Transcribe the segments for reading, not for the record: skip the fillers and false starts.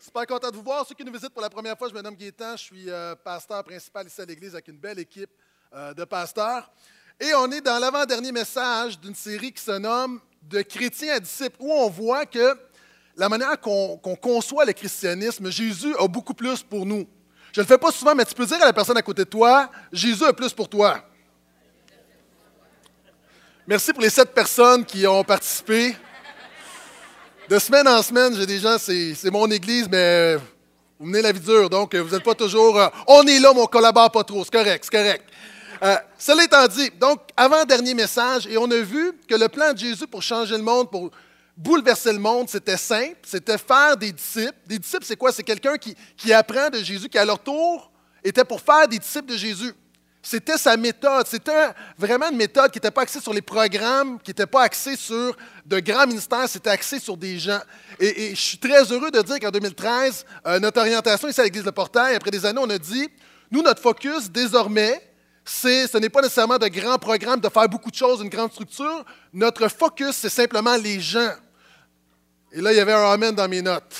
Super content de vous voir. Ceux qui nous visitent pour la première fois, je me nomme Gaétan. Je suis pasteur principal ici à l'Église avec une belle équipe de pasteurs. Et on est dans l'avant-dernier message d'une série qui se nomme « De chrétiens à disciples » où on voit que la manière qu'on conçoit le christianisme, Jésus a beaucoup plus pour nous. Je ne le fais pas souvent, mais tu peux dire à la personne à côté de toi, Jésus a plus pour toi. Merci pour les 7 personnes qui ont participé. De semaine en semaine, j'ai des gens, c'est mon église, mais vous menez la vie dure, donc vous n'êtes pas toujours... on est là, mais on ne collabore pas trop, c'est correct, c'est correct. Cela étant dit, donc, avant-dernier message, et on a vu que le plan de Jésus pour changer le monde, pour bouleverser le monde, c'était simple, c'était faire des disciples. Des disciples, c'est quoi? C'est quelqu'un qui apprend de Jésus, qui à leur tour était pour faire des disciples de Jésus. C'était sa méthode. C'était vraiment une méthode qui n'était pas axée sur les programmes, qui n'était pas axée sur de grands ministères, c'était axé sur des gens. Et je suis très heureux de dire qu'en 2013, notre orientation ici à l'Église de Portail, après des années, on a dit, nous, notre focus désormais, ce n'est pas nécessairement de grands programmes, de faire beaucoup de choses, une grande structure. Notre focus, c'est simplement les gens. Et là, il y avait un amen dans mes notes.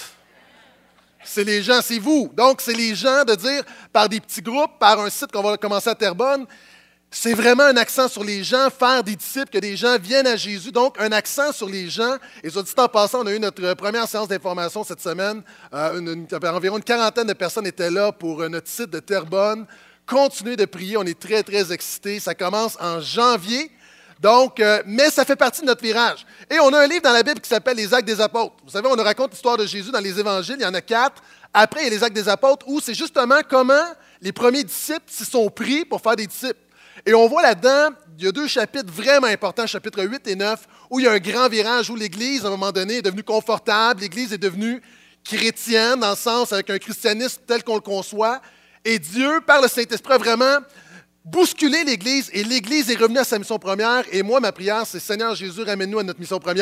C'est les gens, c'est vous. Donc, c'est les gens de dire, par des petits groupes, par un site qu'on va commencer à Terrebonne, c'est vraiment un accent sur les gens, faire des disciples, que des gens viennent à Jésus. Donc, un accent sur les gens. Et soit dit en passant, on a eu notre première séance d'information cette semaine. Environ une quarantaine de personnes étaient là pour notre site de Terrebonne. Continuez de prier, on est très, très excités. Ça commence en janvier. Donc, mais ça fait partie de notre virage. Et on a un livre dans la Bible qui s'appelle Les Actes des Apôtres. Vous savez, on nous raconte l'histoire de Jésus dans les Évangiles, il y en a 4. Après, il y a les Actes des Apôtres où c'est justement comment les premiers disciples s'y sont pris pour faire des disciples. Et on voit là-dedans, il y a 2 chapitres vraiment importants, chapitres 8 et 9, où il y a un grand virage où l'Église, à un moment donné, est devenue confortable, l'Église est devenue chrétienne, dans le sens avec un christianisme tel qu'on le conçoit. Et Dieu, par le Saint-Esprit, a vraiment bousculer l'Église, et l'Église est revenue à sa mission première, et moi, ma prière, c'est « Seigneur Jésus, ramène-nous à notre mission première ».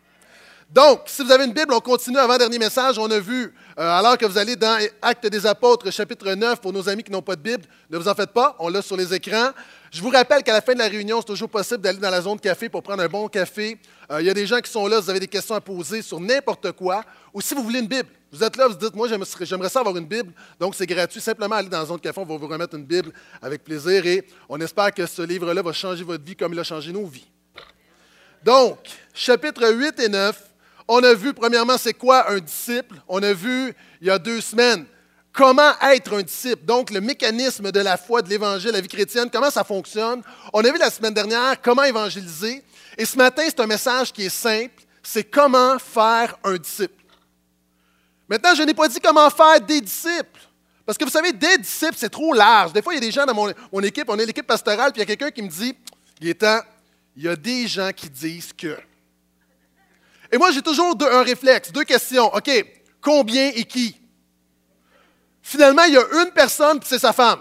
Donc, si vous avez une Bible, on continue avant-dernier message, on a vu, alors que vous allez dans Actes des Apôtres, chapitre 9, pour nos amis qui n'ont pas de Bible, ne vous en faites pas, on l'a sur les écrans. Je vous rappelle qu'à la fin de la réunion, c'est toujours possible d'aller dans la zone café pour prendre un bon café. Il y a des gens qui sont là, vous avez des questions à poser sur n'importe quoi, ou si vous voulez une Bible. Vous êtes là, vous dites, moi, j'aimerais ça avoir une Bible, donc c'est gratuit. Simplement aller dans la zone café, on va vous remettre une Bible avec plaisir, et on espère que ce livre-là va changer votre vie comme il a changé nos vies. Donc, chapitre 8 et 9, on a vu, premièrement, c'est quoi un disciple? On a vu, il y a 2 semaines, comment être un disciple. Donc, le mécanisme de la foi, de l'Évangile, la vie chrétienne, comment ça fonctionne. On a vu la semaine dernière comment évangéliser. Et ce matin, c'est un message qui est simple, c'est comment faire un disciple. Maintenant, je n'ai pas dit comment faire des disciples. Parce que vous savez, des disciples, c'est trop large. Des fois, il y a des gens dans mon équipe, on est l'équipe pastorale, puis il y a quelqu'un qui me dit, Gaétan, il y a des gens qui disent que... Et moi, j'ai toujours un réflexe, 2 questions. OK, combien et qui? Finalement, il y a une personne, puis c'est sa femme.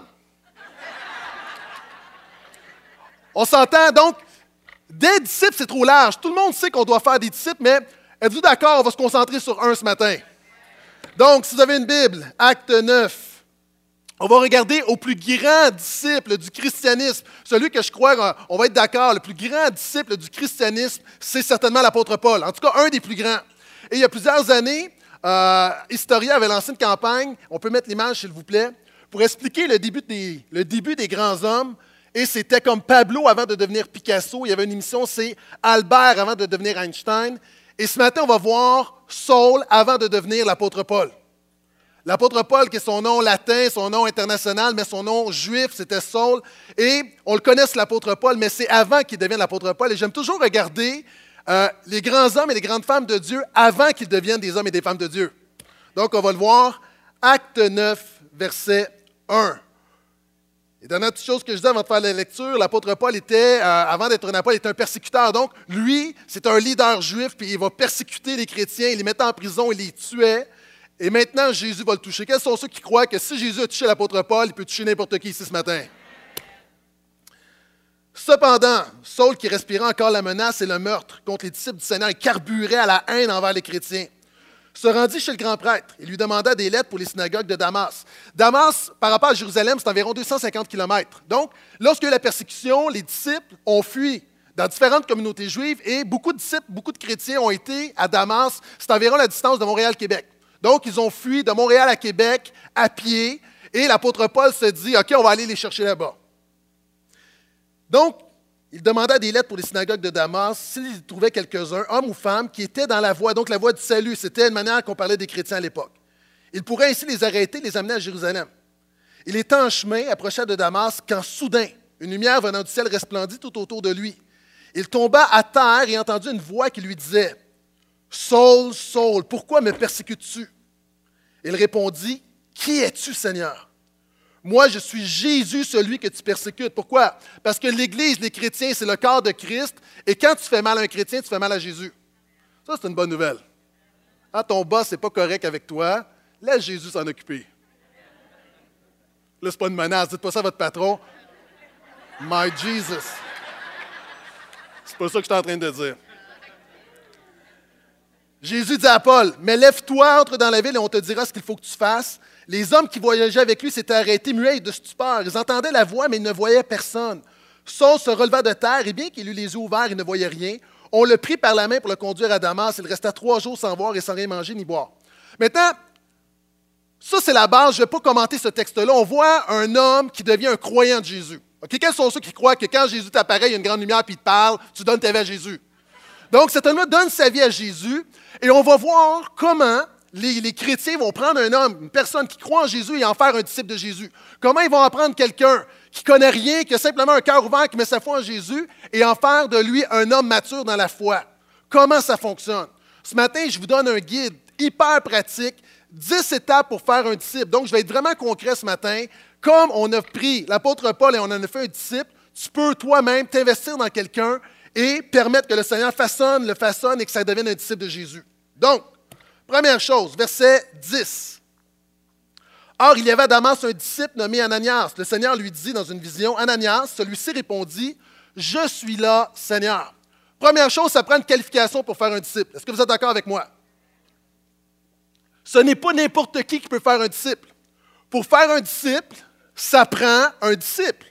On s'entend, donc, des disciples, c'est trop large. Tout le monde sait qu'on doit faire des disciples, mais êtes-vous d'accord, on va se concentrer sur un ce matin. Donc, si vous avez une Bible, Acte 9, on va regarder au plus grand disciple du christianisme. Celui que je crois, on va être d'accord, le plus grand disciple du christianisme, c'est certainement l'apôtre Paul. En tout cas, un des plus grands. Et il y a plusieurs années, Historia avait lancé une campagne, on peut mettre l'image s'il vous plaît, pour expliquer le début des grands hommes. Et c'était comme Pablo avant de devenir Picasso. Il y avait une émission, c'est Albert avant de devenir Einstein. Et ce matin, on va voir Saul avant de devenir l'apôtre Paul. L'apôtre Paul, qui est son nom latin, son nom international, mais son nom juif, c'était Saul. Et on le connaît, l'apôtre Paul, mais c'est avant qu'il devienne l'apôtre Paul. Et j'aime toujours regarder les grands hommes et les grandes femmes de Dieu avant qu'ils deviennent des hommes et des femmes de Dieu. Donc, on va le voir, Acte 9, verset 1. Et dernière petite chose que je dis avant de faire la lecture, l'apôtre Paul était, avant d'être un apôtre, il était un persécuteur. Donc, lui, c'est un leader juif, puis il va persécuter les chrétiens, il les mettait en prison, il les tuait. Et maintenant, Jésus va le toucher. Quels sont ceux qui croient que si Jésus a touché l'apôtre Paul, il peut toucher n'importe qui ici ce matin? Cependant, Saul, qui respirait encore la menace et le meurtre contre les disciples du Seigneur et carburait à la haine envers les chrétiens, se rendit chez le grand prêtre et lui demanda des lettres pour les synagogues de Damas. Damas, par rapport à Jérusalem, c'est environ 250 km. Donc, lorsqu'il y a eu la persécution, les disciples ont fui dans différentes communautés juives et beaucoup de disciples, beaucoup de chrétiens ont été à Damas. C'est environ la distance de Montréal-Québec. Donc, ils ont fui de Montréal à Québec à pied et l'apôtre Paul se dit, OK, on va aller les chercher là-bas. Donc, il demanda des lettres pour les synagogues de Damas s'il trouvait quelques-uns, hommes ou femmes, qui étaient dans la voie, donc la voie du salut. C'était une manière qu'on parlait des chrétiens à l'époque. Il pourrait ainsi les arrêter, les amener à Jérusalem. Il était en chemin, approcha de Damas, quand soudain, une lumière venant du ciel resplendit tout autour de lui. Il tomba à terre et entendit une voix qui lui disait, « Saul, Saul, pourquoi me persécutes-tu? » Il répondit, « Qui es-tu, Seigneur? » « Moi, je suis Jésus, celui que tu persécutes. » Pourquoi? Parce que l'Église, les chrétiens, c'est le corps de Christ. Et quand tu fais mal à un chrétien, tu fais mal à Jésus. Ça, c'est une bonne nouvelle. Quand ton boss n'est pas correct avec toi, laisse Jésus s'en occuper. Là, ce n'est pas une menace. Dites pas ça à votre patron. My Jesus. C'est pas ça que je suis en train de dire. Jésus dit à Paul, « Mais lève-toi, entre dans la ville et on te dira ce qu'il faut que tu fasses. » Les hommes qui voyageaient avec lui s'étaient arrêtés, muets et de stupeur. Ils entendaient la voix, mais ils ne voyaient personne. Saul se releva de terre, et bien qu'il eut les yeux ouverts, il ne voyait rien. On le prit par la main pour le conduire à Damas. Il resta 3 jours sans voir et sans rien manger ni boire. Maintenant, ça c'est la base. Je ne vais pas commenter ce texte-là. On voit un homme qui devient un croyant de Jésus. Okay? Quels sont ceux qui croient que quand Jésus t'apparaît, il y a une grande lumière et il te parle, tu donnes ta vie à Jésus? Donc, cet homme-là donne sa vie à Jésus, et on va voir comment les chrétiens vont prendre un homme, une personne qui croit en Jésus et en faire un disciple de Jésus. Comment ils vont apprendre quelqu'un qui ne connaît rien, qui a simplement un cœur ouvert, qui met sa foi en Jésus, et en faire de lui un homme mature dans la foi. Comment ça fonctionne? Ce matin, je vous donne un guide hyper pratique, 10 étapes pour faire un disciple. Donc, je vais être vraiment concret ce matin. Comme on a pris l'apôtre Paul et on en a fait un disciple, tu peux toi-même t'investir dans quelqu'un et permettre que le Seigneur le façonne et que ça devienne un disciple de Jésus. Donc, première chose, verset 10. « Or, il y avait à Damas un disciple nommé Ananias. Le Seigneur lui dit dans une vision, « Ananias, celui-ci répondit, « Je suis là, Seigneur. » Première chose, ça prend une qualification pour faire un disciple. Est-ce que vous êtes d'accord avec moi? Ce n'est pas n'importe qui peut faire un disciple. Pour faire un disciple, ça prend un disciple.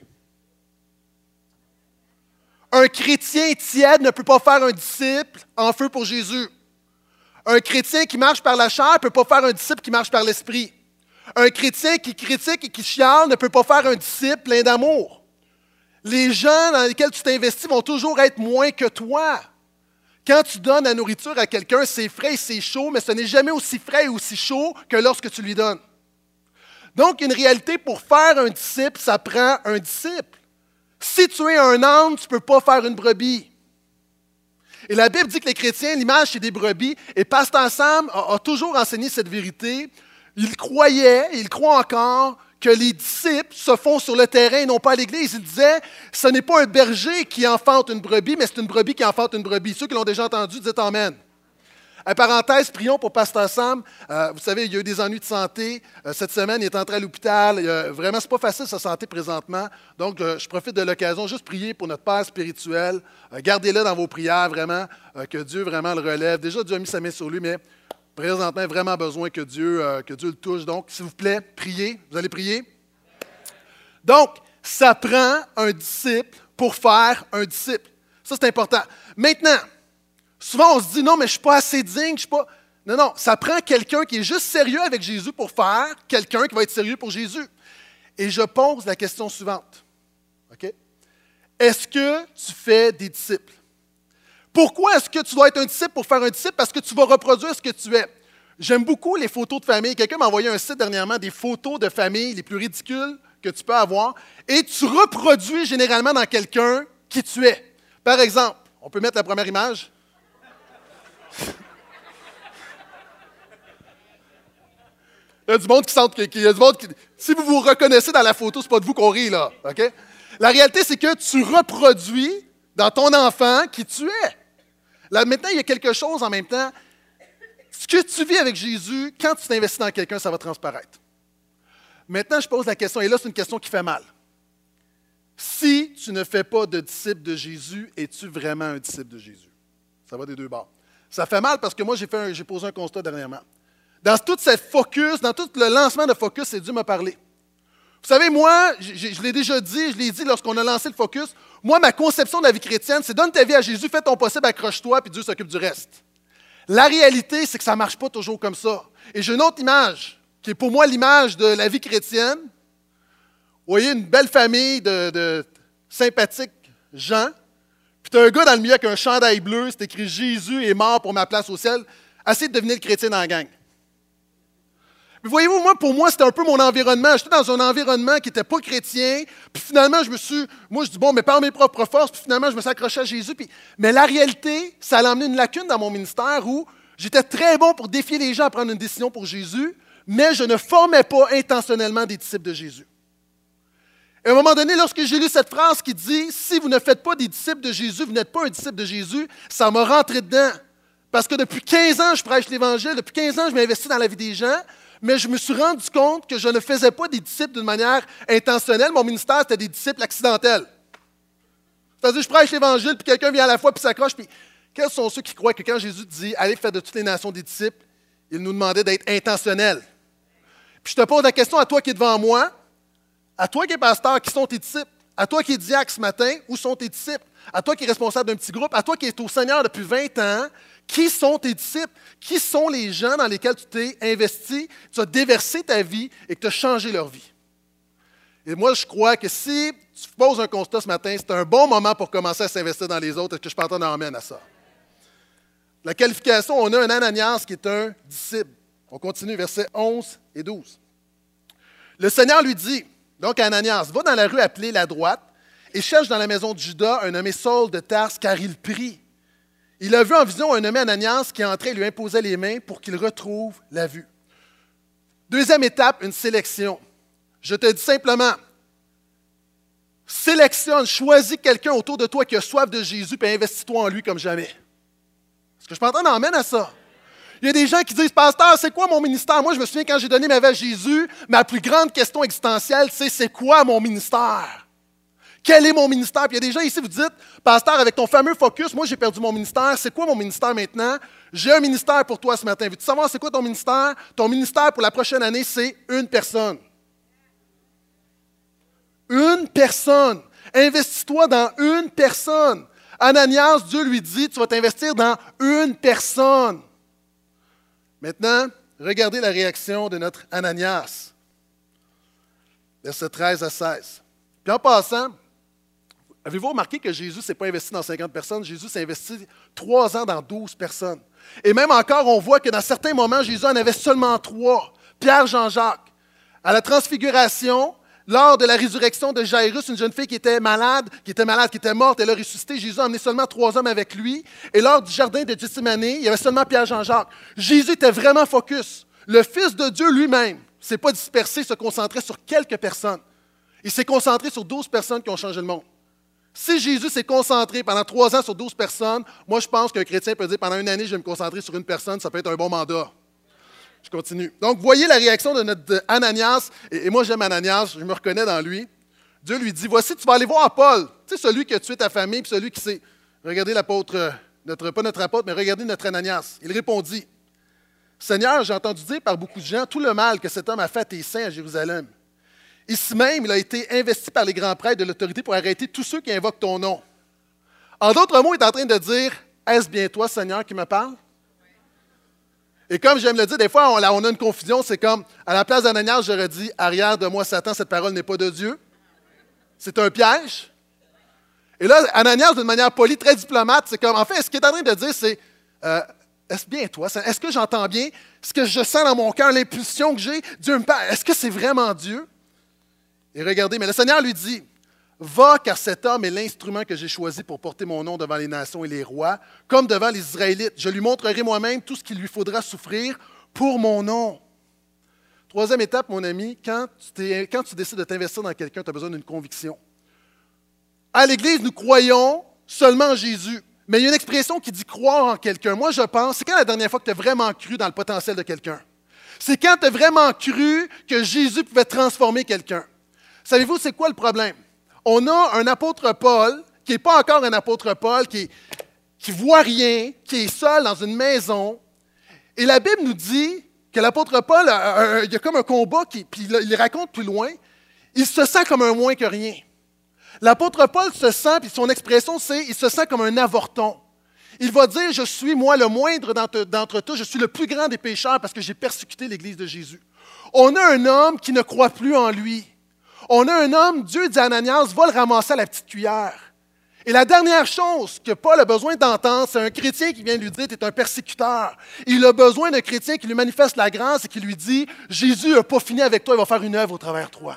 Un chrétien tiède ne peut pas faire un disciple en feu pour Jésus. Un chrétien qui marche par la chair ne peut pas faire un disciple qui marche par l'esprit. Un chrétien qui critique et qui chiale ne peut pas faire un disciple plein d'amour. Les gens dans lesquels tu t'investis vont toujours être moins que toi. Quand tu donnes la nourriture à quelqu'un, c'est frais et c'est chaud, mais ce n'est jamais aussi frais et aussi chaud que lorsque tu lui donnes. Donc, une réalité, pour faire un disciple, ça prend un disciple. Si tu es un âne, tu ne peux pas faire une brebis. Et la Bible dit que les chrétiens, l'image, c'est des brebis. Et Pasteur Sam a toujours enseigné cette vérité. Il croyait, et il croit encore, que les disciples se font sur le terrain et non pas à l'Église. Il disait, ce n'est pas un berger qui enfante une brebis, mais c'est une brebis qui enfante une brebis. Ceux qui l'ont déjà entendu, dites Amen. En parenthèse, prions pour Pasteur Sam. Vous savez, il y a eu des ennuis de santé. Cette semaine, il est entré à l'hôpital. Vraiment, ce n'est pas facile sa santé présentement. Donc, je profite de l'occasion, juste prier pour notre Père spirituel. Gardez-le dans vos prières, vraiment, que Dieu vraiment le relève. Déjà, Dieu a mis sa main sur lui, mais présentement, il a vraiment besoin que Dieu le touche. Donc, s'il vous plaît, priez. Vous allez prier? Donc, ça prend un disciple pour faire un disciple. Ça, c'est important. Maintenant, souvent, on se dit, non, mais je ne suis pas assez digne, je ne suis pas... Non, ça prend quelqu'un qui est juste sérieux avec Jésus pour faire quelqu'un qui va être sérieux pour Jésus. Et je pose la question suivante. OK? Est-ce que tu fais des disciples? Pourquoi est-ce que tu dois être un disciple pour faire un disciple? Parce que tu vas reproduire ce que tu es. J'aime beaucoup les photos de famille. Quelqu'un m'a envoyé un site dernièrement, des photos de famille les plus ridicules que tu peux avoir. Et tu reproduis généralement dans quelqu'un qui tu es. Par exemple, on peut mettre la première image. Il y a du monde qui sent si vous vous reconnaissez dans la photo, ce n'est pas de vous qu'on rit, là. OK? La réalité, c'est que tu reproduis dans ton enfant qui tu es. Là, maintenant, il y a quelque chose en même temps. Ce que tu vis avec Jésus, quand tu t'investis dans quelqu'un, ça va transparaître. Maintenant, je pose la question, et là, c'est une question qui fait mal. Si tu ne fais pas de disciple de Jésus, es-tu vraiment un disciple de Jésus? Ça va des deux bords. Ça fait mal parce que moi, j'ai posé un constat dernièrement. Dans toute cette focus, dans tout le lancement de focus, c'est Dieu m'a parlé. Vous savez, moi, je l'ai déjà dit, je l'ai dit lorsqu'on a lancé le focus, moi, ma conception de la vie chrétienne, c'est donne ta vie à Jésus, fais ton possible, accroche-toi, puis Dieu s'occupe du reste. La réalité, c'est que ça ne marche pas toujours comme ça. Et j'ai une autre image, qui est pour moi l'image de la vie chrétienne. Vous voyez une belle famille de sympathiques gens. Puis tu as un gars dans le milieu avec un chandail bleu, c'est écrit « Jésus est mort pour ma place au ciel ». Essayez de deviner le chrétien dans la gang. Mais voyez-vous, pour moi, c'était un peu mon environnement. J'étais dans un environnement qui n'était pas chrétien. Puis finalement, je dis, bon, mais par mes propres forces, puis finalement, je me suis accroché à Jésus. Mais la réalité, ça a amené une lacune dans mon ministère où j'étais très bon pour défier les gens à prendre une décision pour Jésus, mais je ne formais pas intentionnellement des disciples de Jésus. Et à un moment donné, lorsque j'ai lu cette phrase qui dit « Si vous ne faites pas des disciples de Jésus, vous n'êtes pas un disciple de Jésus », ça m'a rentré dedans. Parce que depuis 15 ans, je prêche l'Évangile, depuis 15 ans, je m'investis dans la vie des gens, mais je me suis rendu compte que je ne faisais pas des disciples d'une manière intentionnelle. Mon ministère, c'était des disciples accidentels. C'est-à-dire, je prêche l'Évangile, puis quelqu'un vient à la fois, puis s'accroche, puis quels sont ceux qui croient que quand Jésus dit « Allez faire de toutes les nations des disciples », il nous demandait d'être intentionnels. Puis je te pose la question à toi qui es devant moi, à toi qui es pasteur, qui sont tes disciples? À toi qui es diacre ce matin, où sont tes disciples? À toi qui es responsable d'un petit groupe? À toi qui es au Seigneur depuis 20 ans, qui sont tes disciples? Qui sont les gens dans lesquels tu t'es investi, tu as déversé ta vie et que tu as changé leur vie? Et moi, je crois que si tu poses un constat ce matin, c'est un bon moment pour commencer à s'investir dans les autres. Est-ce que je peux entendre un amen à ça? La qualification, on a un Ananias qui est un disciple. On continue, versets 11 et 12. Le Seigneur lui dit, donc Ananias, va dans la rue appelée la droite et cherche dans la maison de Judas un nommé Saul de Tarse, car il prie. Il a vu en vision un nommé Ananias qui entrait et lui imposait les mains pour qu'il retrouve la vue. Deuxième étape, une sélection. Je te dis simplement, sélectionne, choisis quelqu'un autour de toi qui a soif de Jésus et investis-toi en lui comme jamais. Est-ce que je peux entendre un amen à ça? Il y a des gens qui disent, « Pasteur, c'est quoi mon ministère? » Moi, je me souviens quand j'ai donné ma vie à Jésus, ma plus grande question existentielle, c'est quoi mon ministère? Quel est mon ministère? Puis il y a des gens ici, vous dites, « Pasteur, avec ton fameux focus, moi j'ai perdu mon ministère, c'est quoi mon ministère maintenant? » J'ai un ministère pour toi ce matin. Veux-tu savoir c'est quoi ton ministère? Ton ministère pour la prochaine année, c'est une personne. Une personne. Investis-toi dans une personne. Ananias, Dieu lui dit, tu vas t'investir dans une personne. Maintenant, regardez la réaction de notre Ananias. Versets 13 à 16. Puis en passant, avez-vous remarqué que Jésus ne s'est pas investi dans 50 personnes? Jésus s'est investi 3 ans dans 12 personnes. Et même encore, on voit que dans certains moments, Jésus en avait seulement 3. Pierre, Jean-Jacques. À la transfiguration, lors de la résurrection de Jairus, une jeune fille qui était malade, qui était morte, elle a ressuscité. Jésus a emmené seulement 3 hommes avec lui. Et lors du jardin de Gethsémane, il y avait seulement Pierre, Jean-Jacques. Jésus était vraiment focus. Le Fils de Dieu lui-même ne s'est pas dispersé, se concentrait sur quelques personnes. Il s'est concentré sur 12 personnes qui ont changé le monde. Si Jésus s'est concentré pendant 3 ans sur 12 personnes, moi je pense qu'un chrétien peut dire pendant une année, je vais me concentrer sur une personne, ça peut être un bon mandat. Je continue. Donc, voyez la réaction de notre Ananias. Et moi, j'aime Ananias, je me reconnais dans lui. Dieu lui dit, voici, tu vas aller voir Paul. Tu sais, celui qui a tué ta famille, puis celui qui s'est... Regardez l'apôtre, pas notre apôtre, mais regardez notre Ananias. Il répondit, Seigneur, j'ai entendu dire par beaucoup de gens tout le mal que cet homme a fait à tes saints à Jérusalem. Ici même, il a été investi par les grands prêtres de l'autorité pour arrêter tous ceux qui invoquent ton nom. En d'autres mots, il est en train de dire, est-ce bien toi, Seigneur, qui me parle? Et comme j'aime le dire, des fois, on a une confusion, c'est comme, à la place d'Ananias, j'aurais dit, arrière de moi, Satan, cette parole n'est pas de Dieu. C'est un piège. Et là, Ananias, d'une manière polie, très diplomate, c'est comme, en fait, ce qu'il est en train de dire, c'est, est-ce bien toi? Est-ce que j'entends bien? Est-ce que je sens dans mon cœur l'impulsion que j'ai? Dieu me parle. Est-ce que c'est vraiment Dieu? Et regardez, mais le Seigneur lui dit, va, car cet homme est l'instrument que j'ai choisi pour porter mon nom devant les nations et les rois, comme devant les Israélites. Je lui montrerai moi-même tout ce qu'il lui faudra souffrir pour mon nom. Troisième étape, mon ami, quand tu décides de t'investir dans quelqu'un, tu as besoin d'une conviction. À l'Église, nous croyons seulement en Jésus. Mais il y a une expression qui dit croire en quelqu'un. Moi, je pense, c'est quand la dernière fois que tu as vraiment cru dans le potentiel de quelqu'un? C'est quand tu as vraiment cru que Jésus pouvait transformer quelqu'un. Savez-vous, c'est quoi le problème? On a un apôtre Paul, qui n'est pas encore un apôtre Paul, qui ne voit rien, qui est seul dans une maison. Et la Bible nous dit que l'apôtre Paul, il y a comme un combat, puis il raconte plus loin, il se sent comme un moins que rien. L'apôtre Paul se sent, puis son expression, c'est il se sent comme un avorton. Il va dire, je suis moi le moindre d'entre tous, je suis le plus grand des pécheurs parce que j'ai persécuté l'Église de Jésus. On a un homme qui ne croit plus en lui. On a un homme, Dieu dit à Ananias, va le ramasser à la petite cuillère. Et la dernière chose que Paul a besoin d'entendre, c'est un chrétien qui vient lui dire, tu es un persécuteur. Il a besoin d'un chrétien qui lui manifeste la grâce et qui lui dit, Jésus n'a pas fini avec toi, il va faire une œuvre au travers de toi.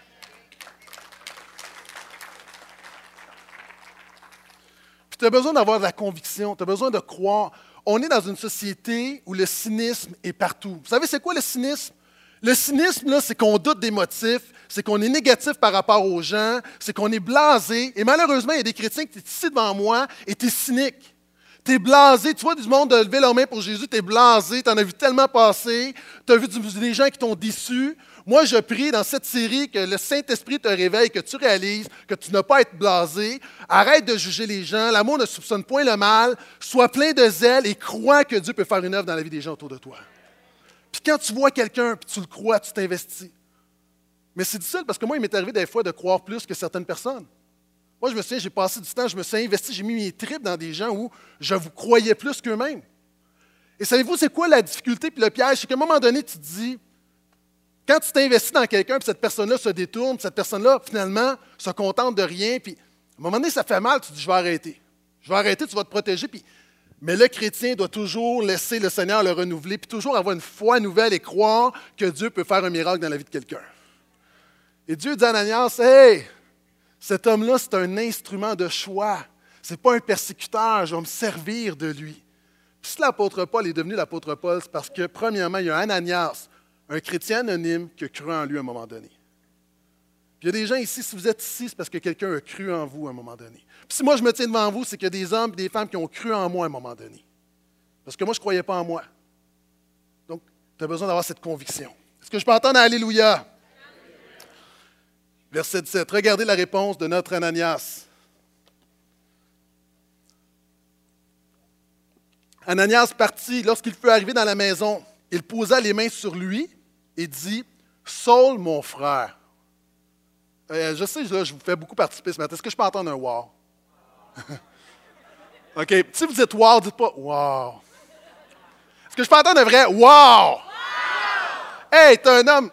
Puis tu as besoin d'avoir de la conviction, tu as besoin de croire. On est dans une société où le cynisme est partout. Vous savez, c'est quoi le cynisme? Le cynisme, là, c'est qu'on doute des motifs, c'est qu'on est négatif par rapport aux gens, c'est qu'on est blasé. Et malheureusement, il y a des chrétiens qui sont ici devant moi et tu es cynique. Tu es blasé. Tu vois du monde lever leur main pour Jésus, tu es blasé, tu en as vu tellement passer, tu as vu des gens qui t'ont déçu. Moi, je prie dans cette série que le Saint-Esprit te réveille, que tu réalises que tu n'as pas à être blasé. Arrête de juger les gens. L'amour ne soupçonne point le mal. Sois plein de zèle et crois que Dieu peut faire une œuvre dans la vie des gens autour de toi. Puis quand tu vois quelqu'un, puis tu le crois, tu t'investis. Mais c'est difficile parce que moi, il m'est arrivé des fois de croire plus que certaines personnes. Moi, je me souviens, j'ai passé du temps, je me suis investi, j'ai mis mes tripes dans des gens où je vous croyais plus qu'eux-mêmes. Et savez-vous, c'est quoi la difficulté puis le piège? C'est qu'à un moment donné, tu te dis, quand tu t'investis dans quelqu'un, puis cette personne-là se détourne, puis cette personne-là, finalement, se contente de rien, puis à un moment donné, ça fait mal, tu te dis, je vais arrêter. Je vais arrêter, tu vas te protéger, puis... Mais le chrétien doit toujours laisser le Seigneur le renouveler, puis toujours avoir une foi nouvelle et croire que Dieu peut faire un miracle dans la vie de quelqu'un. Et Dieu dit à Ananias, « Hey, cet homme-là, c'est un instrument de choix. Ce n'est pas un persécuteur, je vais me servir de lui. » Puis si l'apôtre Paul est devenu l'apôtre Paul, c'est parce que, premièrement, il y a Ananias, un chrétien anonyme qui a cru en lui à un moment donné. Puis il y a des gens ici, si vous êtes ici, c'est parce que quelqu'un a cru en vous à un moment donné. Puis si moi je me tiens devant vous, c'est qu'il y a des hommes et des femmes qui ont cru en moi à un moment donné. Parce que moi, je ne croyais pas en moi. Donc, tu as besoin d'avoir cette conviction. Est-ce que je peux entendre Alléluia? Verset 17. Regardez la réponse de notre Ananias. Ananias partit. Lorsqu'il fut arrivé dans la maison, il posa les mains sur lui et dit, « Saul, mon frère. » Je sais, là, je vous fais beaucoup participer ce matin. Est-ce que je peux entendre un « wow » ? OK. Si vous dites « wow », dites pas « wow ». Est-ce que je peux entendre un vrai « wow » ? Wow! Hey, t'es un homme...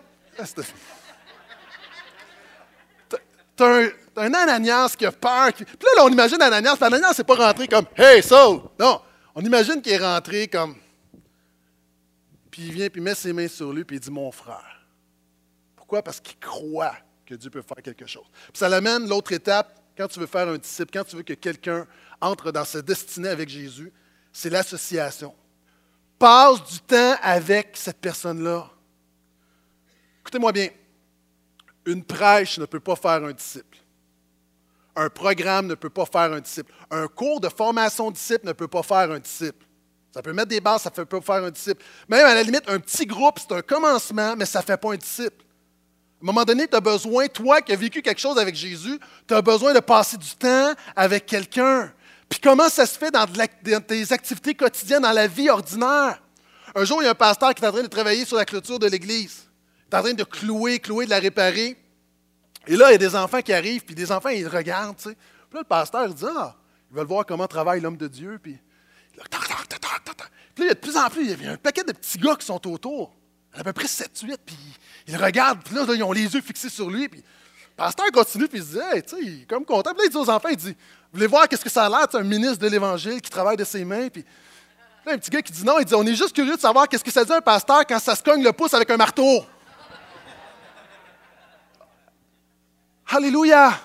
T'as un Ananias qui a peur. Puis là, on imagine Ananias. Puis Ananias, c'est pas rentré comme « Hey, Saul ». Non, on imagine qu'il est rentré comme... Puis il vient, puis il met ses mains sur lui, puis il dit « Mon frère ». Pourquoi? Parce qu'il croit que Dieu peut faire quelque chose. Puis ça l'amène l'autre étape, quand tu veux faire un disciple, quand tu veux que quelqu'un entre dans sa destinée avec Jésus, c'est l'association. Passe du temps avec cette personne-là. Écoutez-moi bien, une prêche ne peut pas faire un disciple. Un programme ne peut pas faire un disciple. Un cours de formation disciple ne peut pas faire un disciple. Ça peut mettre des bases, ça ne peut pas faire un disciple. Même à la limite, un petit groupe, c'est un commencement, mais ça ne fait pas un disciple. À un moment donné, tu as besoin, toi qui as vécu quelque chose avec Jésus, tu as besoin de passer du temps avec quelqu'un. Puis comment ça se fait dans tes activités quotidiennes, dans la vie ordinaire? Un jour, il y a un pasteur qui est en train de travailler sur la clôture de l'église. Il est en train de clouer, de la réparer. Et là, il y a des enfants qui arrivent, puis des enfants, ils regardent, tu sais. Puis là, le pasteur, il dit, ils veulent voir comment travaille l'homme de Dieu, puis là, puis là, il y a de plus en plus, il y a un paquet de petits gars qui sont autour. À peu près 7-8, puis ils regardent, puis là, ils ont les yeux fixés sur lui, puis le pasteur continue, puis il se dit, hey, tu sais, il est comme content. Puis là, il dit aux enfants, il dit, vous voulez voir qu'est-ce que ça a l'air, un ministre de l'Évangile qui travaille de ses mains, puis là, un petit gars qui dit non, il dit, on est juste curieux de savoir qu'est-ce que ça dit un pasteur quand ça se cogne le pouce avec un marteau. Alléluia!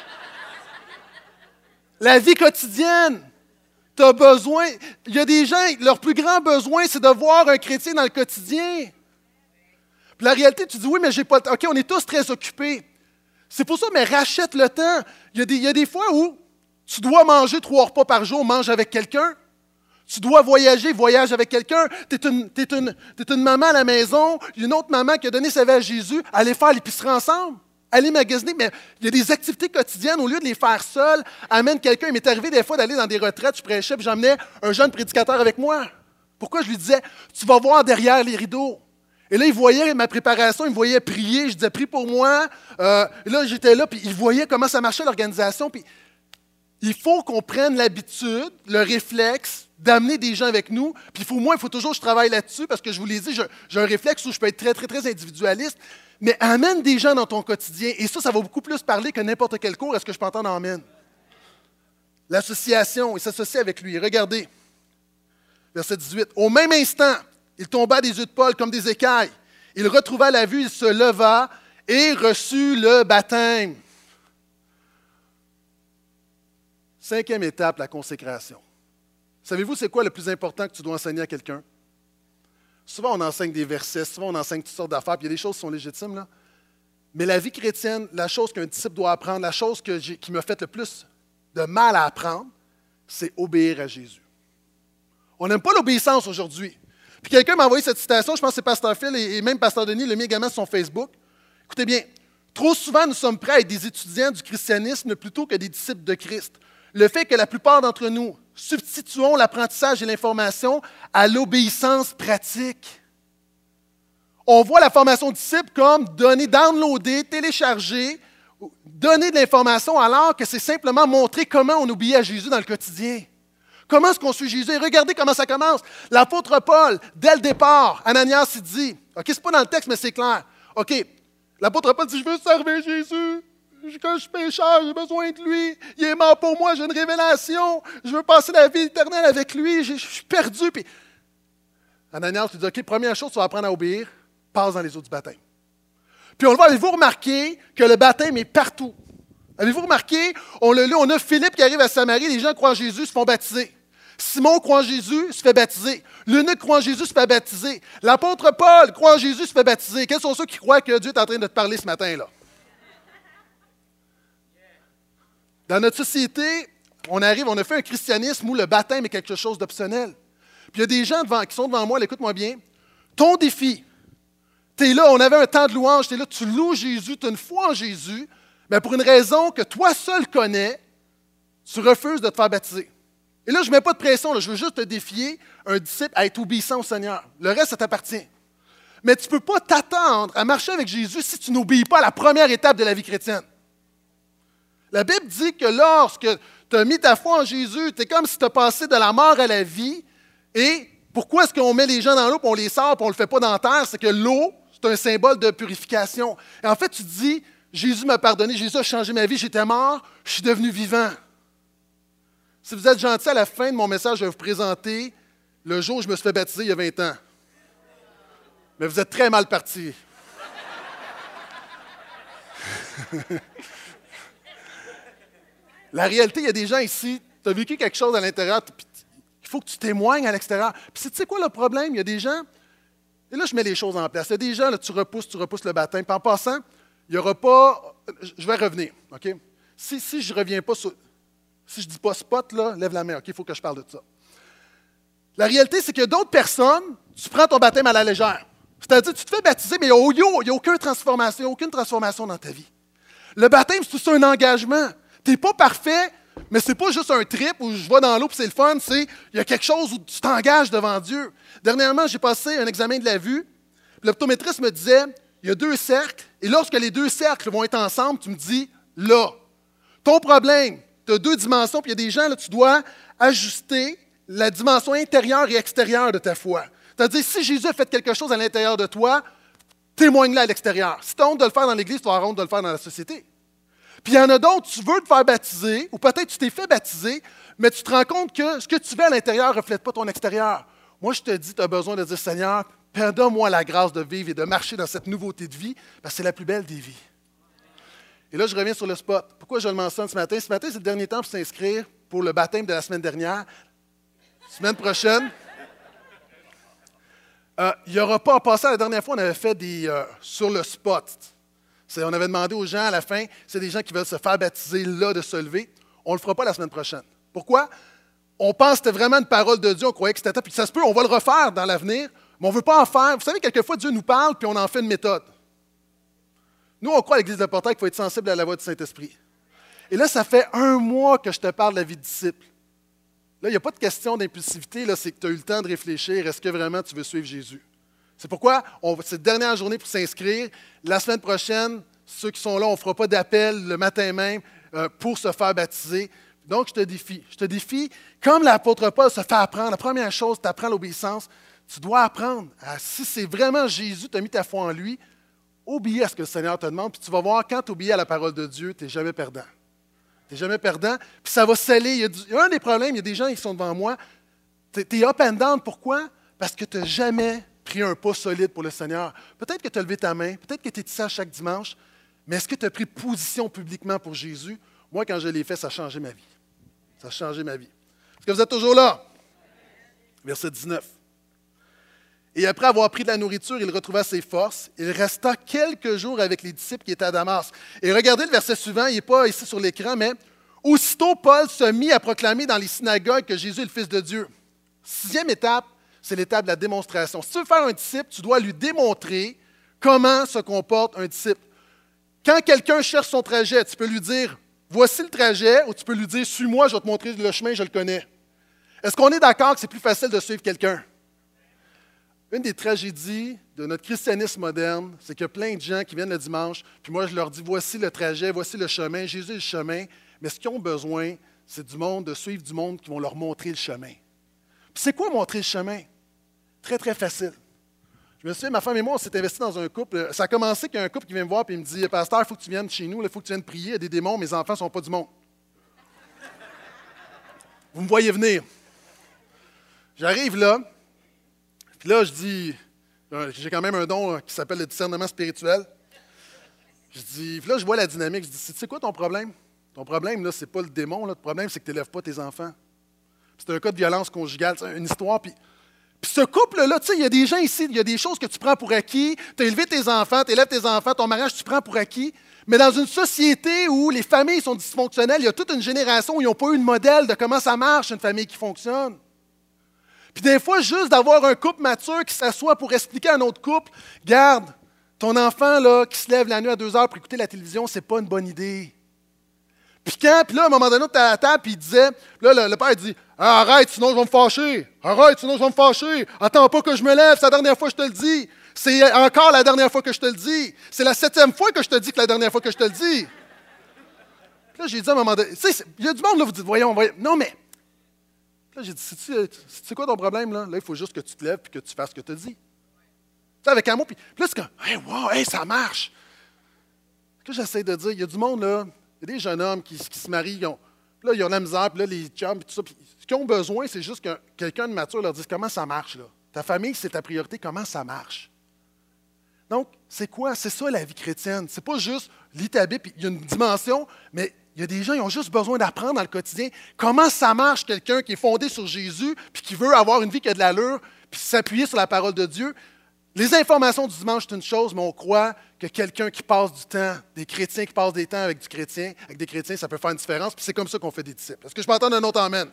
La vie quotidienne. Tu as besoin. Il y a des gens, leur plus grand besoin, c'est de voir un chrétien dans le quotidien. Puis la réalité, tu dis, oui, mais j'ai pas le temps. OK, on est tous très occupés. C'est pour ça, mais rachète le temps. Il y a des fois où tu dois manger 3 repas par jour, mange avec quelqu'un. Tu dois voyager, voyage avec quelqu'un. Tu es une maman à la maison, il y a une autre maman qui a donné sa vie à Jésus. Allez faire l'épicerie ensemble. Aller magasiner, mais il y a des activités quotidiennes, au lieu de les faire seuls, amène quelqu'un. Il m'est arrivé des fois d'aller dans des retraites, je prêchais, puis j'emmenais un jeune prédicateur avec moi. Pourquoi? Je lui disais, tu vas voir derrière les rideaux. Et là, il voyait ma préparation, il me voyait prier, je disais, prie pour moi. Et là, j'étais là, puis il voyait comment ça marchait l'organisation, puis Il faut qu'on prenne l'habitude, le réflexe d'amener des gens avec nous. Puis il faut toujours que je travaille là-dessus parce que je vous l'ai dit, j'ai un réflexe où je peux être très, très, très individualiste. Mais amène des gens dans ton quotidien. Et ça va beaucoup plus parler que n'importe quel cours. Est-ce que je peux entendre amène? L'association, il s'associe avec lui. Regardez, verset 18. Au même instant, il tomba des yeux de Paul comme des écailles. Il retrouva la vue, il se leva et reçut le baptême. 5e étape, la consécration. Savez-vous c'est quoi le plus important que tu dois enseigner à quelqu'un? Souvent, on enseigne des versets, souvent, on enseigne toutes sortes d'affaires, puis il y a des choses qui sont légitimes, là. Mais la vie chrétienne, la chose qu'un disciple doit apprendre, la chose qui m'a fait le plus de mal à apprendre, c'est obéir à Jésus. On n'aime pas l'obéissance aujourd'hui. Puis quelqu'un m'a envoyé cette citation, je pense que c'est Pasteur Phil et même Pasteur Denis l'a mis également sur son Facebook. Écoutez bien, trop souvent, nous sommes prêts à être des étudiants du christianisme plutôt que des disciples de Christ. Le fait que la plupart d'entre nous substituons l'apprentissage et l'information à l'obéissance pratique. On voit la formation disciple comme donner, downloader, télécharger, donner de l'information alors que c'est simplement montrer comment on obéit à Jésus dans le quotidien. Comment est-ce qu'on suit Jésus? Et regardez comment ça commence. L'apôtre Paul, dès le départ, Ananias, il dit, OK, c'est pas dans le texte, mais c'est clair. OK, l'apôtre Paul dit, je veux servir Jésus. Quand je suis pécheur, j'ai besoin de lui. Il est mort pour moi, j'ai une révélation. Je veux passer la vie éternelle avec lui. Je suis perdu. Puis Ananias lui dit, OK, première chose, tu vas apprendre à obéir, passe dans les eaux du baptême. Puis on le voit, avez-vous remarqué que le baptême est partout? Avez-vous remarqué, on l'a lu, on a Philippe qui arrive à Samarie, les gens croient en Jésus, se font baptiser. Simon croit en Jésus, se fait baptiser. L'eunuque croit en Jésus, se fait baptiser. L'apôtre Paul croit en Jésus, se fait baptiser. Quels sont ceux qui croient que Dieu est en train de te parler ce matin-là? Dans notre société, on a fait un christianisme où le baptême est quelque chose d'optionnel. Puis il y a des gens qui sont devant moi, écoute-moi bien. Ton défi, tu es là, on avait un temps de louange, tu es là, tu loues Jésus, tu as une foi en Jésus, mais pour une raison que toi seul connais, tu refuses de te faire baptiser. Et là, je ne mets pas de pression, là, je veux juste te défier, un disciple, à être obéissant au Seigneur. Le reste, ça t'appartient. Mais tu ne peux pas t'attendre à marcher avec Jésus si tu n'obéis pas à la première étape de la vie chrétienne. La Bible dit que lorsque tu as mis ta foi en Jésus, tu es comme si tu as passé de la mort à la vie. Et pourquoi est-ce qu'on met les gens dans l'eau et on les sort et on ne le fait pas dans la terre? C'est que l'eau, c'est un symbole de purification. Et en fait, tu te dis, Jésus m'a pardonné, Jésus a changé ma vie, j'étais mort, je suis devenu vivant. Si vous êtes gentil, à la fin de mon message, je vais vous présenter le jour où je me suis fait baptiser il y a 20 ans. Mais vous êtes très mal partis. La réalité, il y a des gens ici, tu as vécu quelque chose à l'intérieur, puis il faut que tu témoignes à l'extérieur. Puis tu sais quoi le problème? Il y a des gens, et là je mets les choses en place, il y a des gens, là, tu repousses le baptême. Puis en passant, il n'y aura pas, je vais revenir, OK? Si je ne reviens pas sur, si je ne dis pas spot, là, lève la main, OK? Il faut que je parle de ça. La réalité, c'est que d'autres personnes, tu prends ton baptême à la légère. C'est-à-dire, tu te fais baptiser, mais il n'y a aucune transformation dans ta vie. Le baptême, c'est tout un engagement. Tu n'es pas parfait, mais ce n'est pas juste un trip où je vais dans l'eau et c'est le fun. Il y a quelque chose où tu t'engages devant Dieu. Dernièrement, j'ai passé un examen de la vue. L'optométriste me disait, il y a 2 cercles, et lorsque les 2 cercles vont être ensemble, tu me dis, là, ton problème, tu as 2 dimensions, puis il y a des gens, là, tu dois ajuster la dimension intérieure et extérieure de ta foi. C'est-à-dire, si Jésus a fait quelque chose à l'intérieur de toi, témoigne-le à l'extérieur. Si tu as honte de le faire dans l'Église, tu vas avoir honte de le faire dans la société. Puis il y en a d'autres, tu veux te faire baptiser, ou peut-être tu t'es fait baptiser, mais tu te rends compte que ce que tu fais à l'intérieur ne reflète pas ton extérieur. Moi, je te dis, tu as besoin de dire, Seigneur, donne-moi la grâce de vivre et de marcher dans cette nouveauté de vie, parce que c'est la plus belle des vies. Et là, je reviens sur le spot. Pourquoi je le mentionne ce matin? Ce matin, c'est le dernier temps pour s'inscrire pour le baptême de la semaine dernière. Semaine prochaine, il n'y aura pas, en passant, la dernière fois, on avait fait des sur le spot. On avait demandé aux gens à la fin, c'est des gens qui veulent se faire baptiser là, de se lever. On ne le fera pas la semaine prochaine. Pourquoi? On pense que c'était vraiment une parole de Dieu, on croyait que c'était... Puis ça se peut, on va le refaire dans l'avenir, mais on ne veut pas en faire. Vous savez, quelquefois, Dieu nous parle, puis on en fait une méthode. Nous, on croit à l'Église de Portail qu'il faut être sensible à la voix du Saint-Esprit. Et là, ça fait 1 mois que je te parle de la vie de disciple. Là, il n'y a pas de question d'impulsivité, là, c'est que tu as eu le temps de réfléchir, est-ce que vraiment tu veux suivre Jésus? C'est pourquoi c'est la dernière journée pour s'inscrire. La semaine prochaine, ceux qui sont là, on ne fera pas d'appel le matin même pour se faire baptiser. Donc, je te défie. Je te défie, comme l'apôtre Paul se fait apprendre, la première chose, tu apprends l'obéissance. Tu dois apprendre, si c'est vraiment Jésus, tu as mis ta foi en lui, obéis à ce que le Seigneur te demande, puis tu vas voir, quand tu obéis à la parole de Dieu, tu n'es jamais perdant. Tu n'es jamais perdant, puis ça va sceller. Il y a un des problèmes, il y a des gens qui sont devant moi, tu es up and down. Pourquoi? Parce que tu n'as jamais pris un pas solide pour le Seigneur. Peut-être que tu as levé ta main, peut-être que tu es ici chaque dimanche, mais est-ce que tu as pris position publiquement pour Jésus? Moi, quand je l'ai fait, ça a changé ma vie. Ça a changé ma vie. Est-ce que vous êtes toujours là? Verset 19. Et après avoir pris de la nourriture, il retrouva ses forces. Il resta quelques jours avec les disciples qui étaient à Damas. Et regardez le verset suivant, il n'est pas ici sur l'écran, mais aussitôt Paul se mit à proclamer dans les synagogues que Jésus est le Fils de Dieu. 6e étape, c'est l'étape de la démonstration. Si tu veux faire un disciple, tu dois lui démontrer comment se comporte un disciple. Quand quelqu'un cherche son trajet, tu peux lui dire « Voici le trajet » ou tu peux lui dire « Suis-moi, je vais te montrer le chemin, je le connais ». Est-ce qu'on est d'accord que c'est plus facile de suivre quelqu'un? Une des tragédies de notre christianisme moderne, c'est qu'il y a plein de gens qui viennent le dimanche, puis moi je leur dis « Voici le trajet, voici le chemin, Jésus est le chemin », mais ce qu'ils ont besoin, c'est du monde, de suivre du monde qui vont leur montrer le chemin. Puis c'est quoi montrer le chemin? Très, très facile. Je me souviens, ma femme et moi, on s'est investis dans un couple. Ça a commencé qu'il y a un couple qui vient me voir et il me dit « Pasteur, il faut que tu viennes chez nous, il faut que tu viennes prier, il y a des démons, mes enfants ne sont pas du monde. » Vous me voyez venir. J'arrive là, puis là, je dis, j'ai quand même un don qui s'appelle le discernement spirituel. Je dis, puis là, je vois la dynamique, je dis, c'est quoi ton problème? Ton problème, là, c'est pas le démon, là. Le problème, c'est que tu n'élèves pas tes enfants. C'est un cas de violence conjugale, une histoire, puis ce couple-là, tu sais, il y a des gens ici, il y a des choses que tu prends pour acquis, tu as élevé tes enfants, tu élèves tes enfants, ton mariage, tu prends pour acquis, mais dans une société où les familles sont dysfonctionnelles, il y a toute une génération où ils n'ont pas eu de modèle de comment ça marche, une famille qui fonctionne. Puis des fois, juste d'avoir un couple mature qui s'assoit pour expliquer à un autre couple, « Garde, ton enfant là, qui se lève la nuit à 2 heures pour écouter la télévision, c'est pas une bonne idée. » Puis là, à un moment donné, on était à la table, puis il disait, là, le père il dit, « Arrête, sinon je vais me fâcher. Arrête, sinon je vais me fâcher. Attends pas que je me lève, c'est la dernière fois que je te le dis. C'est encore la dernière fois que je te le dis. C'est la 7e fois que je te dis que la dernière fois que je te le dis. » Puis là, j'ai dit à un moment donné, tu sais, il y a du monde là, vous dites, voyons. Non, mais. Là, j'ai dit, c'est quoi ton problème, là? Là, il faut juste que tu te lèves et que tu fasses ce que tu as dit. Tu sais, avec amour, puis là, c'est comme, hey, wow, hey, ça marche. Ce que j'essaie de dire, il y a du monde, là. Il y a des jeunes hommes qui se marient, ils ont de la misère, puis là, les chums, puis tout ça. Puis ce qu'ils ont besoin, c'est juste que quelqu'un de mature leur dise comment ça marche, là. Ta famille, c'est ta priorité, comment ça marche. Donc, c'est quoi? C'est ça la vie chrétienne. C'est pas juste lis ta Bible, puis il y a une dimension, mais il y a des gens qui ont juste besoin d'apprendre dans le quotidien comment ça marche quelqu'un qui est fondé sur Jésus, puis qui veut avoir une vie qui a de l'allure, puis s'appuyer sur la parole de Dieu. Les informations du dimanche, c'est une chose, mais on croit que quelqu'un qui passe du temps, des chrétiens qui passent des temps avec des chrétiens, ça peut faire une différence, puis c'est comme ça qu'on fait des disciples. Est-ce que je peux entendre un autre amen?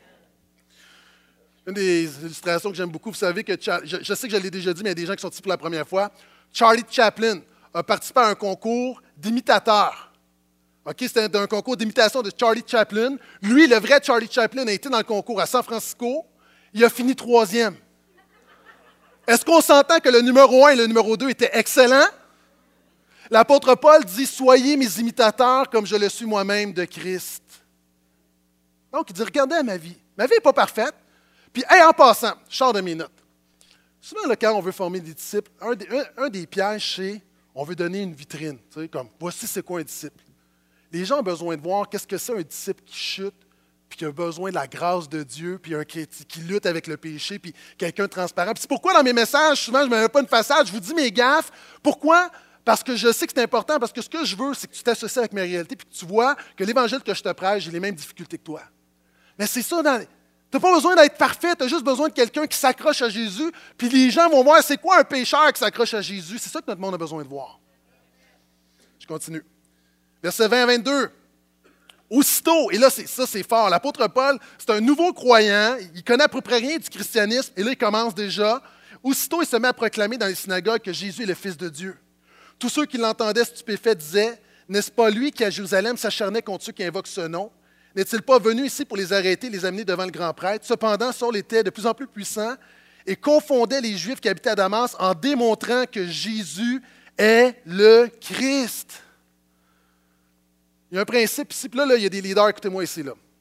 Une des illustrations que j'aime beaucoup, vous savez que, je sais que je l'ai déjà dit, mais il y a des gens qui sont ici pour la première fois. Charlie Chaplin a participé à un concours d'imitateurs. C'était un concours d'imitation de Charlie Chaplin. Lui, le vrai Charlie Chaplin, a été dans le concours à San Francisco. Il a fini 3e. Est-ce qu'on s'entend que le numéro 1 et le numéro 2 étaient excellents? L'apôtre Paul dit « Soyez mes imitateurs comme je le suis moi-même de Christ. » Donc, il dit « Regardez ma vie. Ma vie n'est pas parfaite. » Puis, hey, en passant, je sors de mes notes. Souvent, là, quand on veut former des disciples, un des pièges, c'est on veut donner une vitrine. Tu sais, comme, voici c'est quoi un disciple. Les gens ont besoin de voir qu'est-ce que c'est un disciple qui chute, puis qui a besoin de la grâce de Dieu, puis qui lutte avec le péché, puis quelqu'un de transparent. Puis c'est pourquoi dans mes messages, souvent, je ne me mets pas une façade, je vous dis mes gaffes. Pourquoi? Parce que je sais que c'est important, parce que ce que je veux, c'est que tu t'associes avec mes réalités, puis que tu vois que l'évangile que je te prêche, j'ai les mêmes difficultés que toi. Mais c'est ça, tu n'as pas besoin d'être parfait, tu as juste besoin de quelqu'un qui s'accroche à Jésus, puis les gens vont voir c'est quoi un pécheur qui s'accroche à Jésus. C'est ça que notre monde a besoin de voir. Je continue. Verset 20 à 22. Aussitôt, et là, c'est fort, l'apôtre Paul, c'est un nouveau croyant, il connaît à peu près rien du christianisme, et là, il commence déjà. Aussitôt, il se met à proclamer dans les synagogues que Jésus est le Fils de Dieu. Tous ceux qui l'entendaient stupéfaits disaient, « N'est-ce pas lui qui, à Jérusalem, s'acharnait contre ceux qui invoquent ce nom? N'est-il pas venu ici pour les arrêter, les amener devant le grand prêtre? » Cependant, Saul était de plus en plus puissant et confondait les Juifs qui habitaient à Damas en démontrant que Jésus est le Christ. Il y a un principe ici, puis là, il y a des leaders, écoutez-moi ici. Là.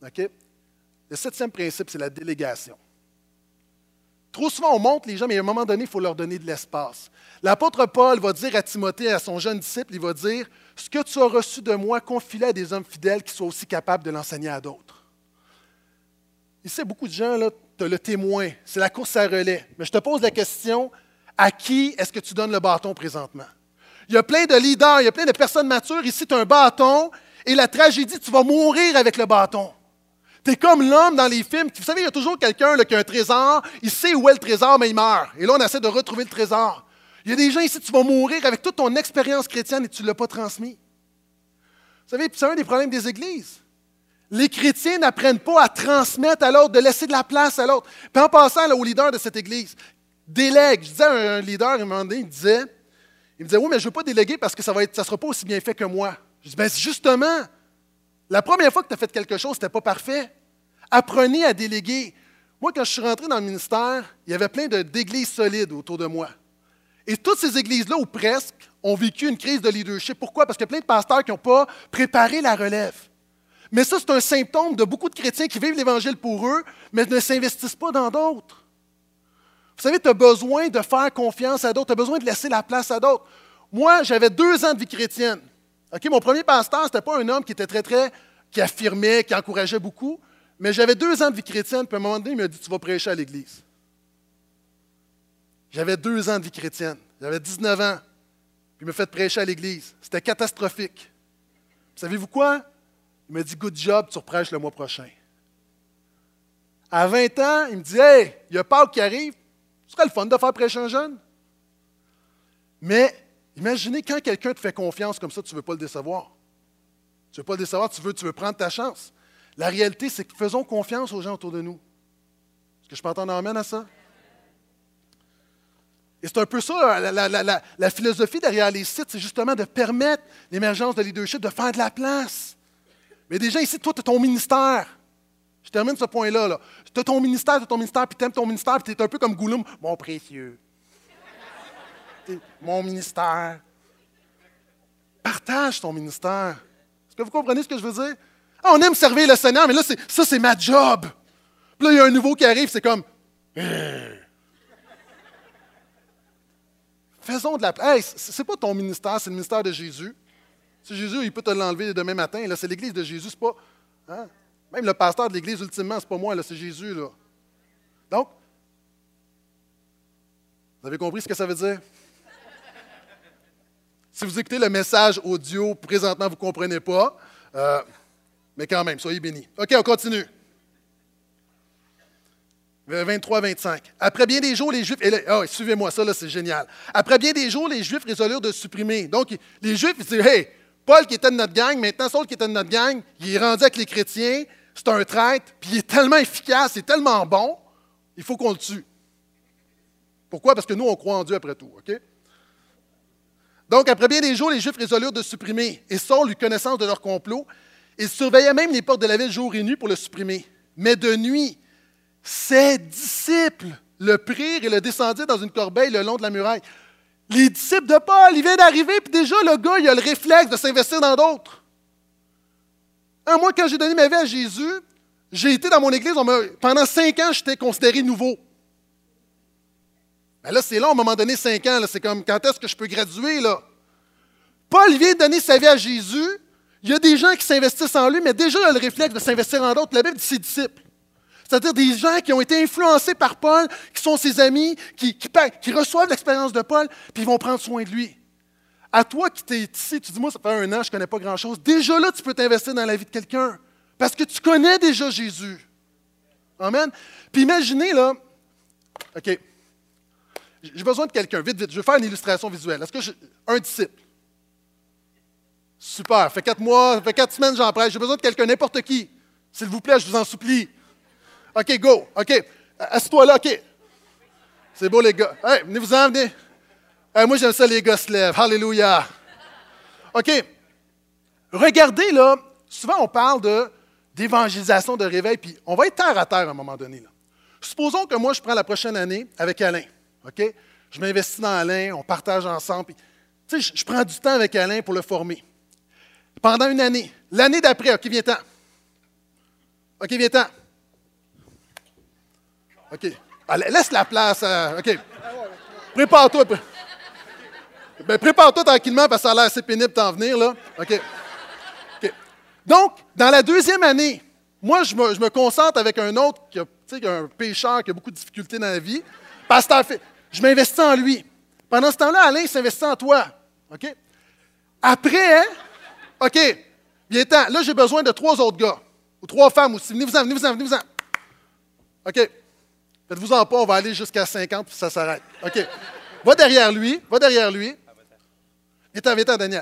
OK? Le 7e principe, c'est la délégation. Trop souvent, on monte les gens, mais à un moment donné, il faut leur donner de l'espace. L'apôtre Paul va dire à Timothée, à son jeune disciple, il va dire « Ce que tu as reçu de moi, confie-le à des hommes fidèles qui soient aussi capables de l'enseigner à d'autres. » Ici, beaucoup de gens, tu as le témoin, c'est la course à relais. Mais je te pose la question, à qui est-ce que tu donnes le bâton présentement? Il y a plein de leaders, il y a plein de personnes matures. Ici, tu as un bâton et la tragédie, tu vas mourir avec le bâton. Tu es comme l'homme dans les films. Vous savez, il y a toujours quelqu'un qui a un trésor, il sait où est le trésor, mais il meurt. Et là, on essaie de retrouver le trésor. Il y a des gens ici, tu vas mourir avec toute ton expérience chrétienne et tu ne l'as pas transmis. Vous savez, c'est un des problèmes des églises. Les chrétiens n'apprennent pas à transmettre à l'autre, de laisser de la place à l'autre. Puis en passant là, au leader de cette église, délègue. Je disais à un leader, à un moment donné, il me disait, oui, mais je ne veux pas déléguer parce que ça ne sera pas aussi bien fait que moi. Je dis, bien, justement, la première fois que tu as fait quelque chose, ce n'était pas parfait. Apprenez à déléguer. Moi, quand je suis rentré dans le ministère, il y avait plein d'églises solides autour de moi. Et toutes ces églises-là, ou presque, ont vécu une crise de leadership. Pourquoi? Parce qu'il y a plein de pasteurs qui n'ont pas préparé la relève. Mais ça, c'est un symptôme de beaucoup de chrétiens qui vivent l'Évangile pour eux, mais ne s'investissent pas dans d'autres. Vous savez, tu as besoin de faire confiance à d'autres, tu as besoin de laisser la place à d'autres. Moi, j'avais 2 ans de vie chrétienne. Okay, mon premier pasteur, ce n'était pas un homme qui était qui affirmait, qui encourageait beaucoup, mais j'avais 2 ans de vie chrétienne, puis à un moment donné, il m'a dit, tu vas prêcher à l'Église. J'avais 2 ans de vie chrétienne. J'avais 19 ans. Puis il m'a fait prêcher à l'Église. C'était catastrophique. Savez-vous quoi? Il m'a dit, good job, tu reprêches le mois prochain. À 20 ans, il me dit, hey, il y a Pâques qui arrive. Ce serait le fun de faire prêcher un jeune. Mais imaginez quand quelqu'un te fait confiance comme ça, tu ne veux pas le décevoir. Tu ne veux pas le décevoir, tu veux prendre ta chance. La réalité, c'est que faisons confiance aux gens autour de nous. Est-ce que je peux entendre un amen à ça? Et c'est un peu ça, la philosophie derrière les sites, c'est justement de permettre l'émergence de leadership, de faire de la place. Mais des gens ici, toi, tu as ton ministère. Je termine ce point-là. Là. Tu as ton ministère, puis tu aimes ton ministère, puis tu es un peu comme Gollum, mon précieux. Mon ministère. Partage ton ministère. Est-ce que vous comprenez ce que je veux dire? Ah, on aime servir le Seigneur, mais là, ça, c'est ma job. Puis là, il y a un nouveau qui arrive, c'est comme... Faisons de la place. Hey, c'est pas ton ministère, c'est le ministère de Jésus. Si Jésus, il peut te l'enlever demain matin. Là, c'est l'Église de Jésus, c'est pas... Hein? Même le pasteur de l'Église, ultimement, c'est pas moi, là, c'est Jésus. Là. Donc, vous avez compris ce que ça veut dire? Si vous écoutez le message audio, présentement, vous ne comprenez pas. Mais quand même, soyez bénis. OK, on continue. 23-25. Après bien des jours, les Juifs... suivez-moi, ça, là, c'est génial. Après bien des jours, les Juifs résolurent de supprimer. Donc, les Juifs, ils disent, « Hey, Paul qui était de notre gang, maintenant, Saul qui était de notre gang, il est rendu avec les chrétiens, c'est un traître, puis il est tellement efficace, il est tellement bon, il faut qu'on le tue. » Pourquoi? Parce que nous, on croit en Dieu après tout, OK? Donc, après bien des jours, les Juifs résolurent de supprimer. Et Saul eut connaissance de leur complot. Il surveillait même les portes de la ville jour et nuit pour le supprimer. Mais de nuit, ses disciples le prirent et le descendirent dans une corbeille le long de la muraille. Les disciples de Paul, ils viennent d'arriver, puis déjà, le gars, il a le réflexe de s'investir dans d'autres. Hein, moi, quand j'ai donné ma vie à Jésus, j'ai été dans mon église, pendant 5 ans, j'étais considéré nouveau. Ben là, c'est long, à un moment donné, 5 ans, là, c'est comme, quand est-ce que je peux graduer, là? Paul vient de donner sa vie à Jésus, il y a des gens qui s'investissent en lui, mais déjà, il a le réflexe de s'investir en d'autres. La Bible dit ses disciples. C'est-à-dire des gens qui ont été influencés par Paul, qui sont ses amis, qui reçoivent l'expérience de Paul, puis ils vont prendre soin de lui. À toi qui es ici, tu dis, moi, ça fait 1 an, je ne connais pas grand-chose. Déjà là, tu peux t'investir dans la vie de quelqu'un, parce que tu connais déjà Jésus. Amen. Puis imaginez, là, OK, j'ai besoin de quelqu'un, vite, je vais faire une illustration visuelle. Est-ce que un disciple? Super, ça fait 4 mois, ça fait 4 semaines que j'en prêche, j'ai besoin de quelqu'un, n'importe qui. S'il vous plaît, je vous en supplie. OK, go. OK. Assieds-toi là, OK. C'est beau, les gars. Hey, venez-vous-en, venez. Hey, moi, j'aime ça, les gars se lèvent. Alléluia. OK. Regardez, là, souvent, on parle d'évangélisation, de réveil, puis on va être terre à terre à un moment donné. Là. Supposons que moi, je prends la prochaine année avec Alain. OK? Je m'investis dans Alain, on partage ensemble. Tu sais, je prends du temps avec Alain pour le former. Pendant une année. L'année d'après, OK, viens-t'en. OK, viens-t'en. OK. Allez, laisse la place. OK. Prépare-toi. Ben, prépare-toi tranquillement parce que ça a l'air assez pénible d'en venir, là. OK. OK. Donc, dans la deuxième année, moi, je me concentre avec un autre qui a, un pécheur qui a beaucoup de difficultés dans la vie. Pasteur, je m'investis en lui. Pendant ce temps-là, Alain s'investit en toi. OK? Après, OK, viens-t'en. Là, j'ai besoin de 3 autres gars. Ou 3 femmes aussi. Venez-vous-en. OK. Faites-vous-en pas, on va aller jusqu'à 50 puis ça s'arrête. OK. Va derrière lui. Viens-t'en, Daniel.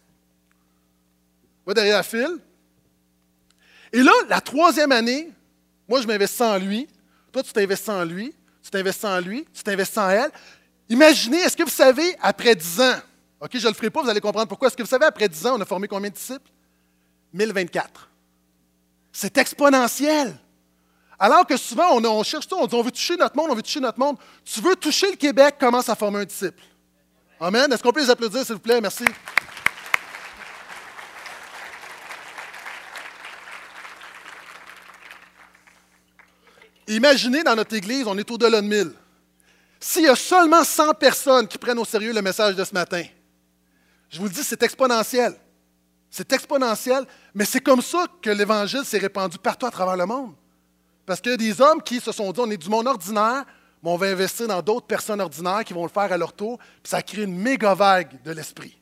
Va derrière Phil. Et là, la 3e année, moi, je m'investis en lui. Toi, tu t'investis en lui. Tu t'investis en elle. Imaginez, est-ce que vous savez, après 10 ans, OK, je ne le ferai pas, vous allez comprendre pourquoi. Est-ce que vous savez, après 10 ans, on a formé combien de disciples? 1024. C'est exponentiel. Alors que souvent, on cherche tout, on dit on veut toucher notre monde. Tu veux toucher le Québec, commence à former un disciple. Amen. Est-ce qu'on peut les applaudir, s'il vous plaît? Merci. Imaginez, dans notre Église, on est au-delà de 1000. S'il y a seulement 100 personnes qui prennent au sérieux le message de ce matin, je vous le dis, c'est exponentiel. C'est exponentiel, mais c'est comme ça que l'Évangile s'est répandu partout à travers le monde. Parce qu'il y a des hommes qui se sont dit, on est du monde ordinaire, mais on va investir dans d'autres personnes ordinaires qui vont le faire à leur tour, puis ça crée une méga vague de l'esprit.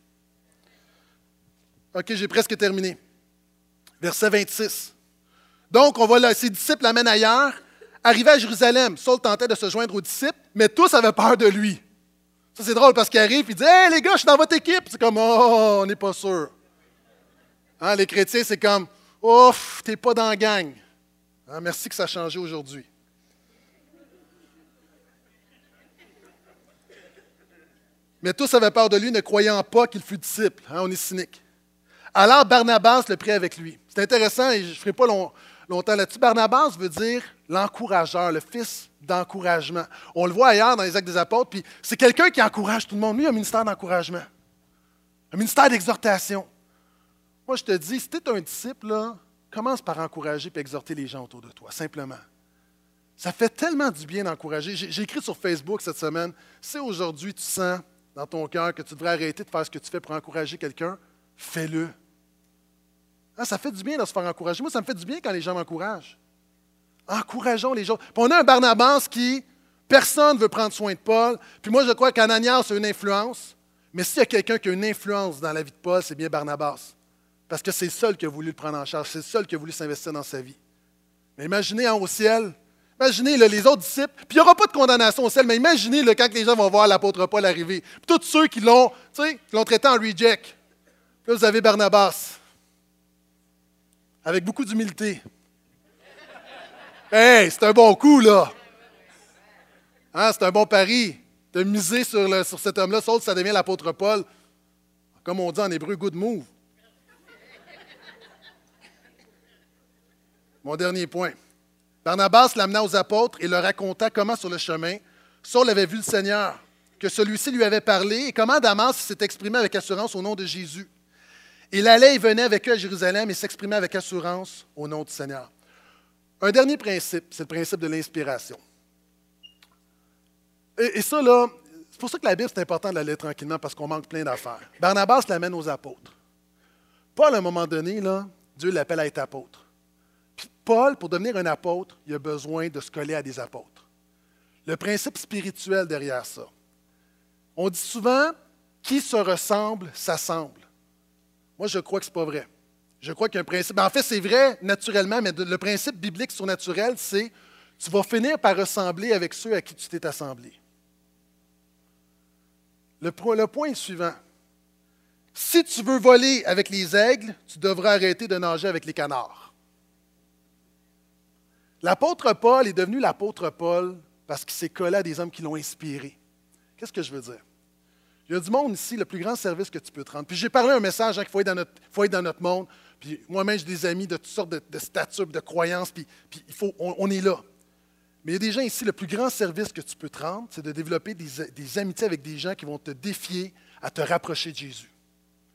OK, j'ai presque terminé. Verset 26. Donc, on va là, ses disciples l'amènent ailleurs. Arrivé à Jérusalem, Saul tentait de se joindre aux disciples, mais tous avaient peur de lui. Ça, c'est drôle parce qu'il arrive et il dit « Hey, les gars, je suis dans votre équipe! » C'est comme « Oh, on n'est pas sûr. » Hein, les chrétiens, c'est comme « Ouf, t'es pas dans la gang. Hein, merci que ça a changé aujourd'hui. » Mais tous avaient peur de lui, ne croyant pas qu'il fût disciple. Hein, on est cynique. Alors Barnabas le prit avec lui. C'est intéressant et je ne ferai pas longtemps là-dessus. Barnabas veut dire l'encourageur, le fils d'encouragement. On le voit ailleurs dans les Actes des Apôtres, puis c'est quelqu'un qui encourage tout le monde. Lui, il a un ministère d'encouragement, un ministère d'exhortation. Moi, je te dis, si tu es un disciple, là, commence par encourager et exhorter les gens autour de toi, simplement. Ça fait tellement du bien d'encourager. J'ai écrit sur Facebook cette semaine, si aujourd'hui tu sens dans ton cœur que tu devrais arrêter de faire ce que tu fais pour encourager quelqu'un, fais-le. Hein, ça fait du bien de se faire encourager. Moi, ça me fait du bien quand les gens m'encouragent. Encourageons les gens. Puis on a un Barnabas qui, personne ne veut prendre soin de Paul. Puis moi, je crois qu'Ananias a une influence. Mais s'il y a quelqu'un qui a une influence dans la vie de Paul, c'est bien Barnabas. Parce que c'est le seul qui a voulu le prendre en charge. C'est le seul qui a voulu s'investir dans sa vie. Mais imaginez au ciel, imaginez les autres disciples. Puis il n'y aura pas de condamnation au ciel, mais imaginez quand les gens vont voir l'apôtre Paul arriver. Puis tous ceux qui l'ont traité en reject. Puis là, vous avez Barnabas. Avec beaucoup d'humilité. Hey, c'est un bon coup, là. Hein, c'est un bon pari de miser sur cet homme-là, sauf que ça devient l'apôtre Paul. Comme on dit en hébreu, good move. Mon dernier point. Barnabas l'amena aux apôtres et leur raconta comment sur le chemin, Saul avait vu le Seigneur, que celui-ci lui avait parlé et comment Damas s'est exprimé avec assurance au nom de Jésus. Il allait et venait avec eux à Jérusalem et s'exprimait avec assurance au nom du Seigneur. Un dernier principe, c'est le principe de l'inspiration. Et ça, là, c'est pour ça que la Bible, c'est important de la lire tranquillement parce qu'on manque plein d'affaires. Barnabas l'amène aux apôtres. Paul, à un moment donné, là, Dieu l'appelle à être apôtre. Puis Paul, pour devenir un apôtre, il a besoin de se coller à des apôtres. Le principe spirituel derrière ça. On dit souvent, qui se ressemble, s'assemble. Moi, je crois que ce n'est pas vrai. Je crois qu'il y a un principe. En fait, c'est vrai naturellement, mais le principe biblique surnaturel, c'est tu vas finir par ressembler avec ceux à qui tu t'es assemblé. Le point est suivant. Si tu veux voler avec les aigles, tu devras arrêter de nager avec les canards. L'apôtre Paul est devenu l'apôtre Paul parce qu'il s'est collé à des hommes qui l'ont inspiré. Qu'est-ce que je veux dire? Il y a du monde ici, le plus grand service que tu peux te rendre. Puis j'ai parlé un message qu'il faut être dans notre monde. Puis moi-même, j'ai des amis de toutes sortes de statures, de croyances. Puis on est là. Mais il y a des gens ici, le plus grand service que tu peux te rendre, c'est de développer des amitiés avec des gens qui vont te défier à te rapprocher de Jésus.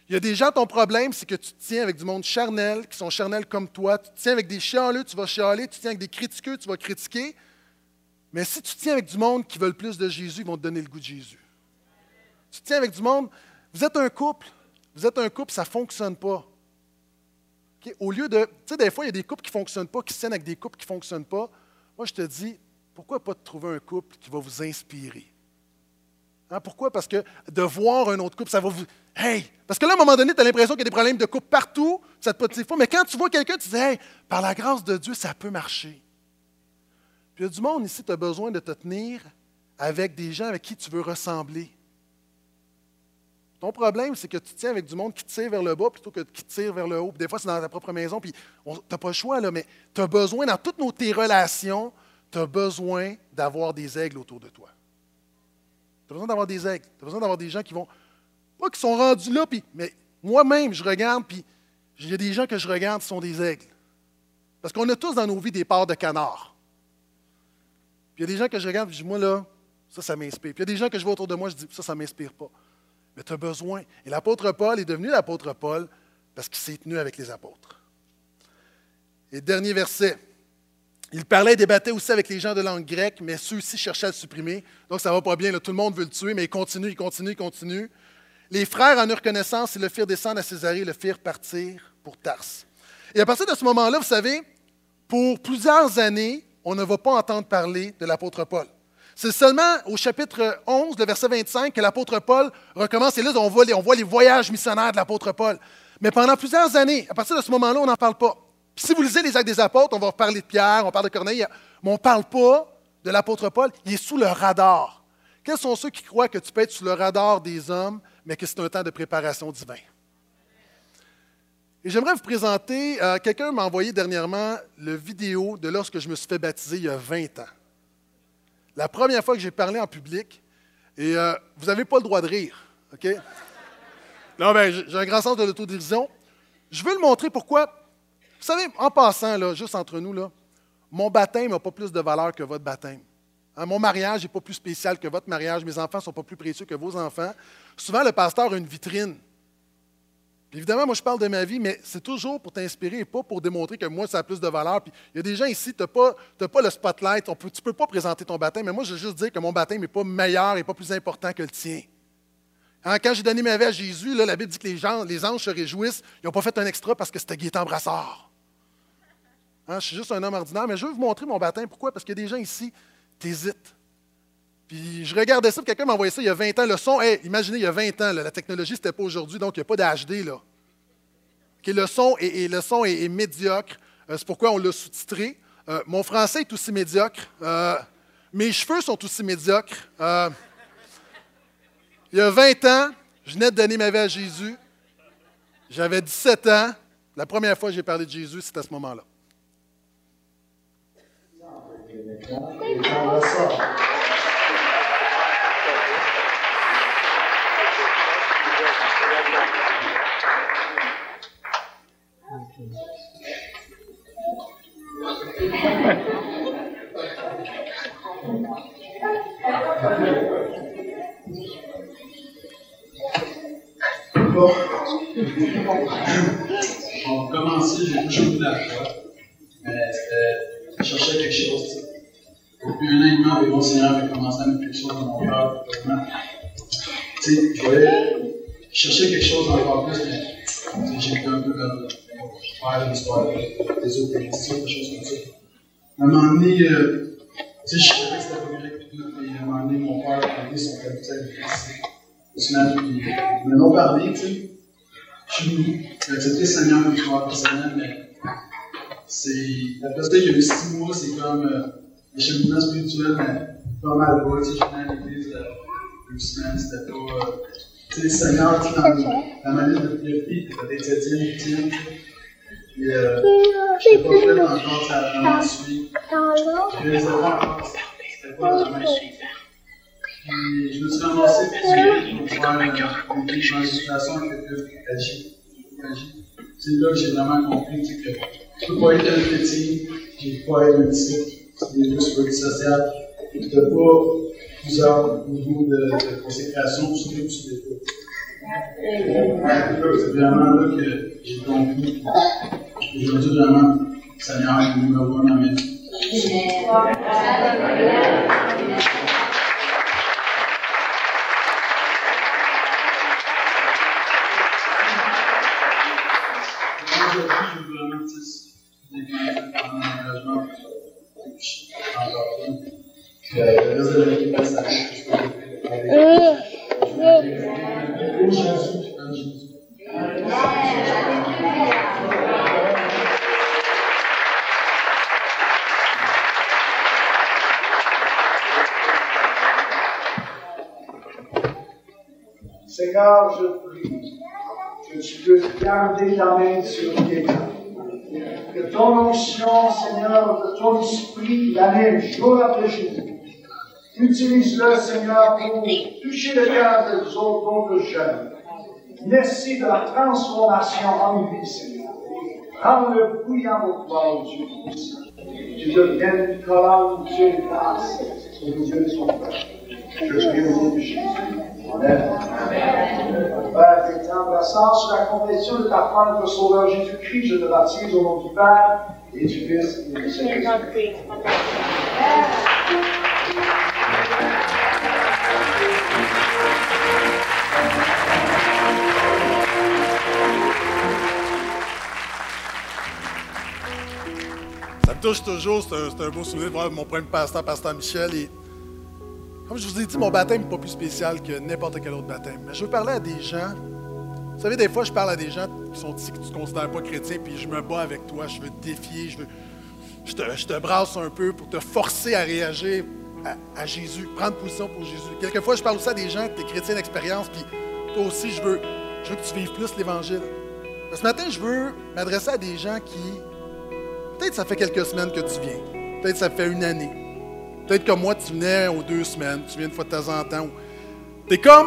Il y a des gens, ton problème, c'est que tu te tiens avec du monde charnel, qui sont charnels comme toi. Tu te tiens avec des chialeux, tu vas chialer. Tu te tiens avec des critiqueux, tu vas critiquer. Mais si tu te tiens avec du monde qui veulent plus de Jésus, ils vont te donner le goût de Jésus. Tu te tiens avec du monde, vous êtes un couple, ça ne fonctionne pas. Okay? Au lieu de, tu sais, des fois, il y a des couples qui ne fonctionnent pas, qui se tiennent avec des couples qui ne fonctionnent pas. Moi, je te dis, pourquoi pas te trouver un couple qui va vous inspirer? Hein, pourquoi? Parce que de voir un autre couple, ça va vous... Hey! Parce que là, à un moment donné, tu as l'impression qu'il y a des problèmes de couple partout, ça te motive pas. Mais quand tu vois quelqu'un, tu dis, hey, par la grâce de Dieu, ça peut marcher. Puis il y a du monde ici, tu as besoin de te tenir avec des gens avec qui tu veux ressembler. Ton problème, c'est que tu tiens avec du monde qui tire vers le bas plutôt que qui tire vers le haut. Puis des fois, c'est dans ta propre maison, puis tu n'as pas le choix, là, mais tu as besoin, dans toutes tes relations, tu as besoin d'avoir des aigles autour de toi. Tu as besoin d'avoir des aigles. Tu as besoin d'avoir des gens qui vont, pas qui sont rendus là, puis, mais moi-même, je regarde, puis il y a des gens que je regarde qui sont des aigles. Parce qu'on a tous dans nos vies des parts de canard. Puis il y a des gens que je regarde, puis je dis, moi là, ça m'inspire. Puis il y a des gens que je vois autour de moi, je dis, ça ne m'inspire pas. Mais tu as besoin. Et l'apôtre Paul est devenu l'apôtre Paul parce qu'il s'est tenu avec les apôtres. Et dernier verset. Il parlait et débattait aussi avec les gens de langue grecque, mais ceux-ci cherchaient à le supprimer. Donc ça ne va pas bien, là, tout le monde veut le tuer, mais il continue. Les frères en eurent connaissance, ils le firent descendre à Césarée, le firent partir pour Tarse. Et à partir de ce moment-là, vous savez, pour plusieurs années, on ne va pas entendre parler de l'apôtre Paul. C'est seulement au chapitre 11, le verset 25, que l'apôtre Paul recommence. Et là, on voit les voyages missionnaires de l'apôtre Paul. Mais pendant plusieurs années, à partir de ce moment-là, on n'en parle pas. Puis si vous lisez les Actes des Apôtres, on va parler de Pierre, on parle de Corneille, mais on ne parle pas de l'apôtre Paul. Il est sous le radar. Quels sont ceux qui croient que tu peux être sous le radar des hommes, mais que c'est un temps de préparation divin? Et j'aimerais vous présenter, quelqu'un m'a envoyé dernièrement le vidéo de lorsque je me suis fait baptiser il y a 20 ans. La première fois que j'ai parlé en public, et vous n'avez pas le droit de rire, OK? Non, bien, j'ai un grand sens de l'autodérision. Je veux le montrer pourquoi. Vous savez, en passant, là, juste entre nous, là, mon baptême n'a pas plus de valeur que votre baptême. Hein, mon mariage n'est pas plus spécial que votre mariage. Mes enfants ne sont pas plus précieux que vos enfants. Souvent, le pasteur a une vitrine. Puis évidemment, moi, je parle de ma vie, mais c'est toujours pour t'inspirer et pas pour démontrer que moi, ça a plus de valeur. Puis il y a des gens ici, tu n'as pas le spotlight, tu ne peux pas présenter ton baptême, mais moi, je veux juste dire que mon baptême n'est pas meilleur et pas plus important que le tien. Hein, quand j'ai donné ma vie à Jésus, là, la Bible dit que les anges se réjouissent. Ils n'ont pas fait un extra parce que c'était Gaétan Brassard. Hein, je suis juste un homme ordinaire, mais je veux vous montrer mon baptême. Pourquoi? Parce qu'il y a des gens ici, tu hésites. Puis je regardais ça, puis quelqu'un m'a envoyé ça il y a 20 ans. Le son, imaginez, il y a 20 ans, là, la technologie, ce n'était pas aujourd'hui, donc il n'y a pas d'HD. Là. Okay, le son est médiocre. C'est pourquoi on l'a sous-titré. Mon français est aussi médiocre. Mes cheveux sont aussi médiocres. Il y a 20 ans, je venais de donner ma vie à Jésus. J'avais 17 ans. La première fois que j'ai parlé de Jésus, c'était à ce moment-là. Bon, on commençait, j'ai toujours eu la foi, mais je cherchais quelque chose. Depuis 1 an et demi avec mon Seigneur, j'ai commencé à mettre quelque chose dans mon cœur. Je cherchais quelque chose encore plus, mais j'étais un peu vers l'histoire des autres questions, des choses comme ça. À un moment donné, je savais que c'était pas correct et tout, et à un moment donné, mon père a dit son capitaine de Christ. Au final, ils m'en ont parlé, tu sais. J'ai accepté le Seigneur comme histoire personnelle, mais après ça, il y a eu 6 mois, c'est comme le cheminement spirituel, mais pas mal pas. Tu sais, je venais à l'église 2 semaines, c'était pas. Tu sais, le Seigneur, tu sais, dans la manière de priorité, il était d'être 7e, 8e. Et je n'étais pas prêt encore à vraiment suivre. Je ne les ai pas encore. C'était pas la même. Puis je me suis ramassé pour faire une situation avec Agit. C'est là que j'ai vraiment compris que je ne peux pas être un chrétien, je ne peux pas être un disciple, c'est des juste pour être social. Tu n'as pas plusieurs niveaux de consécration, surtout sur les deux. C'est vraiment là que j'ai compris. Je veux dire vraiment, Seigneur, nous avons un amen. Seigneur, je prie que tu peux garder ta main sur tes mains. Que ton onction, Seigneur, que ton esprit l'anime jour après jour. Utilise-le, Seigneur, pour toucher le cœur des autres jeunes. Merci de la transformation en vie, Seigneur. Rends-le bouillant pour toi, oh Dieu. Tu deviens une colonne, Dieu, de grâce, au Dieu de son peuple. Je prie au nom de Jésus. Amen. Père, t'étends la sens sur la confession de ta foi, notre Sauveur Jésus-Christ, je te baptise au nom du Père et du Fils et du Saint-Esprit. Ça me touche toujours, c'est un beau souvenir de voir mon premier pasteur, Pasteur Michel. Et comme je vous ai dit, mon baptême n'est pas plus spécial que n'importe quel autre baptême. Mais je veux parler à des gens. Vous savez, des fois, je parle à des gens qui sont ici, que tu ne considères pas chrétiens, puis je me bats avec toi, je veux te défier, je te brasse un peu pour te forcer à réagir à Jésus, prendre position pour Jésus. Quelquefois, je parle aussi à des gens, tu es chrétien d'expérience, puis toi aussi, je veux que tu vives plus l'Évangile. Mais ce matin, je veux m'adresser à des gens qui, peut-être ça fait quelques semaines que tu viens, peut-être ça fait une année. Peut-être comme moi, tu venais aux 2 semaines, tu viens une fois de temps en temps. Tu es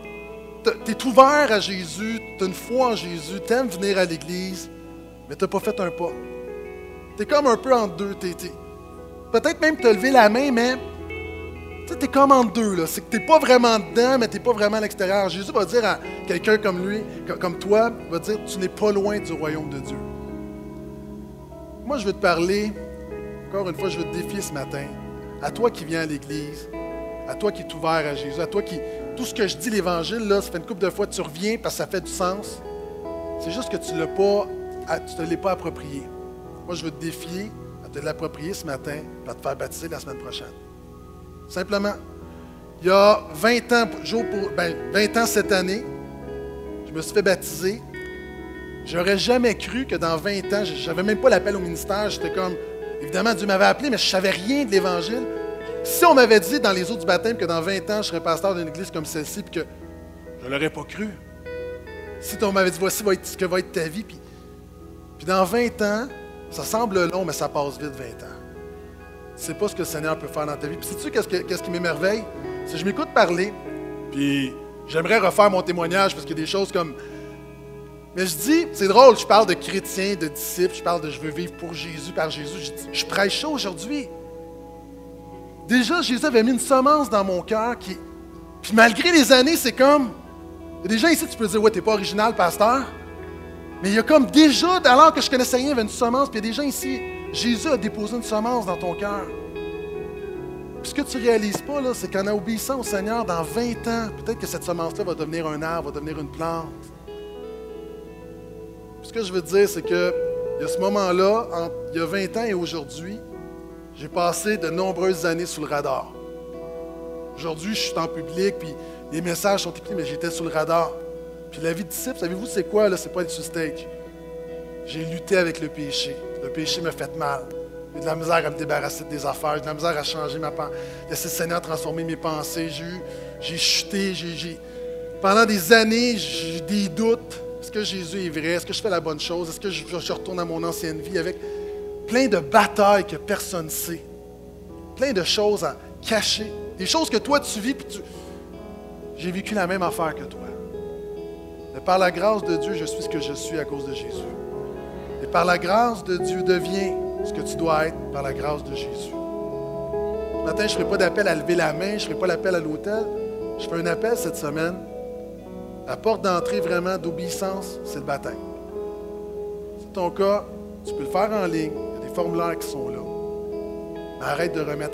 ouvert à Jésus, tu as une foi en Jésus, tu aimes venir à l'Église, mais tu n'as pas fait un pas. Tu es comme un peu entre deux. Peut-être même que tu as levé la main, mais tu es comme entre deux. Là. C'est que tu n'es pas vraiment dedans, mais tu n'es pas vraiment à l'extérieur. Jésus va dire à quelqu'un comme lui, comme toi, il va dire, tu n'es pas loin du royaume de Dieu. Moi, je veux te parler, encore une fois, je veux te défier ce matin. À toi qui viens à l'Église, à toi qui es ouvert à Jésus, à toi qui... Tout ce que je dis, l'Évangile, là, ça fait une couple de fois que tu reviens parce que ça fait du sens. C'est juste que tu ne te l'es pas approprié. Moi, je veux te défier à te l'approprier ce matin et à te faire baptiser la semaine prochaine. Simplement, il y a 20 ans, 20 ans cette année, je me suis fait baptiser. J'aurais jamais cru que dans 20 ans, je n'avais même pas l'appel au ministère, j'étais comme... Évidemment, Dieu m'avait appelé, mais je ne savais rien de l'Évangile. Si on m'avait dit dans les eaux du baptême que dans 20 ans, je serais pasteur d'une église comme celle-ci, puis que je ne l'aurais pas cru. Si on m'avait dit, voici ce que va être ta vie, puis dans 20 ans, ça semble long, mais ça passe vite, 20 ans. Tu ne sais pas ce que le Seigneur peut faire dans ta vie. Puis sais-tu qu'est-ce qui m'émerveille? C'est que je m'écoute parler, puis j'aimerais refaire mon témoignage, parce qu'il y a des choses comme... Mais je dis, c'est drôle, je parle de chrétiens, de disciples, je parle de je veux vivre pour Jésus, par Jésus. Je prêche ça aujourd'hui. Déjà, Jésus avait mis une semence dans mon cœur qui... Puis malgré les années, c'est comme... Il y a des gens ici, tu peux dire, ouais, t'es pas original, pasteur. Mais il y a comme déjà, alors que je connaissais rien, il y avait une semence. Puis il y a des gens ici, Jésus a déposé une semence dans ton cœur. Puis ce que tu ne réalises pas, là, c'est qu'en obéissant au Seigneur, dans 20 ans, peut-être que cette semence-là va devenir un arbre, va devenir une plante. Ce que je veux te dire, c'est qu'il y a ce moment-là, il y a 20 ans et aujourd'hui, j'ai passé de nombreuses années sous le radar. Aujourd'hui, je suis en public, puis les messages sont écoutés, mais j'étais sous le radar. Puis la vie de disciple, savez-vous, c'est quoi, là? C'est pas être sur stage. J'ai lutté avec le péché. Le péché m'a fait mal. J'ai de la misère à me débarrasser des affaires. J'ai de la misère à changer ma pensée. Laisser le Seigneur transformer mes pensées. J'ai chuté. Pendant des années, j'ai eu des doutes. Est-ce que Jésus est vrai? Est-ce que je fais la bonne chose? Est-ce que je retourne à mon ancienne vie avec plein de batailles que personne ne sait? Plein de choses à cacher. Des choses que toi, tu vis, puis j'ai vécu la même affaire que toi. Mais par la grâce de Dieu, je suis ce que je suis à cause de Jésus. Et par la grâce de Dieu, deviens ce que tu dois être par la grâce de Jésus. Ce matin, je ne ferai pas d'appel à lever la main, je ne ferai pas l'appel à l'autel. Je fais un appel cette semaine La porte d'entrée vraiment d'obéissance, c'est le baptême. C'est ton cas, tu peux le faire en ligne. Il y a des formulaires qui sont là. Arrête de remettre.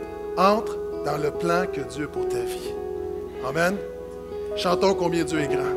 Entre dans le plan que Dieu a pour ta vie. Amen. Chantons combien Dieu est grand.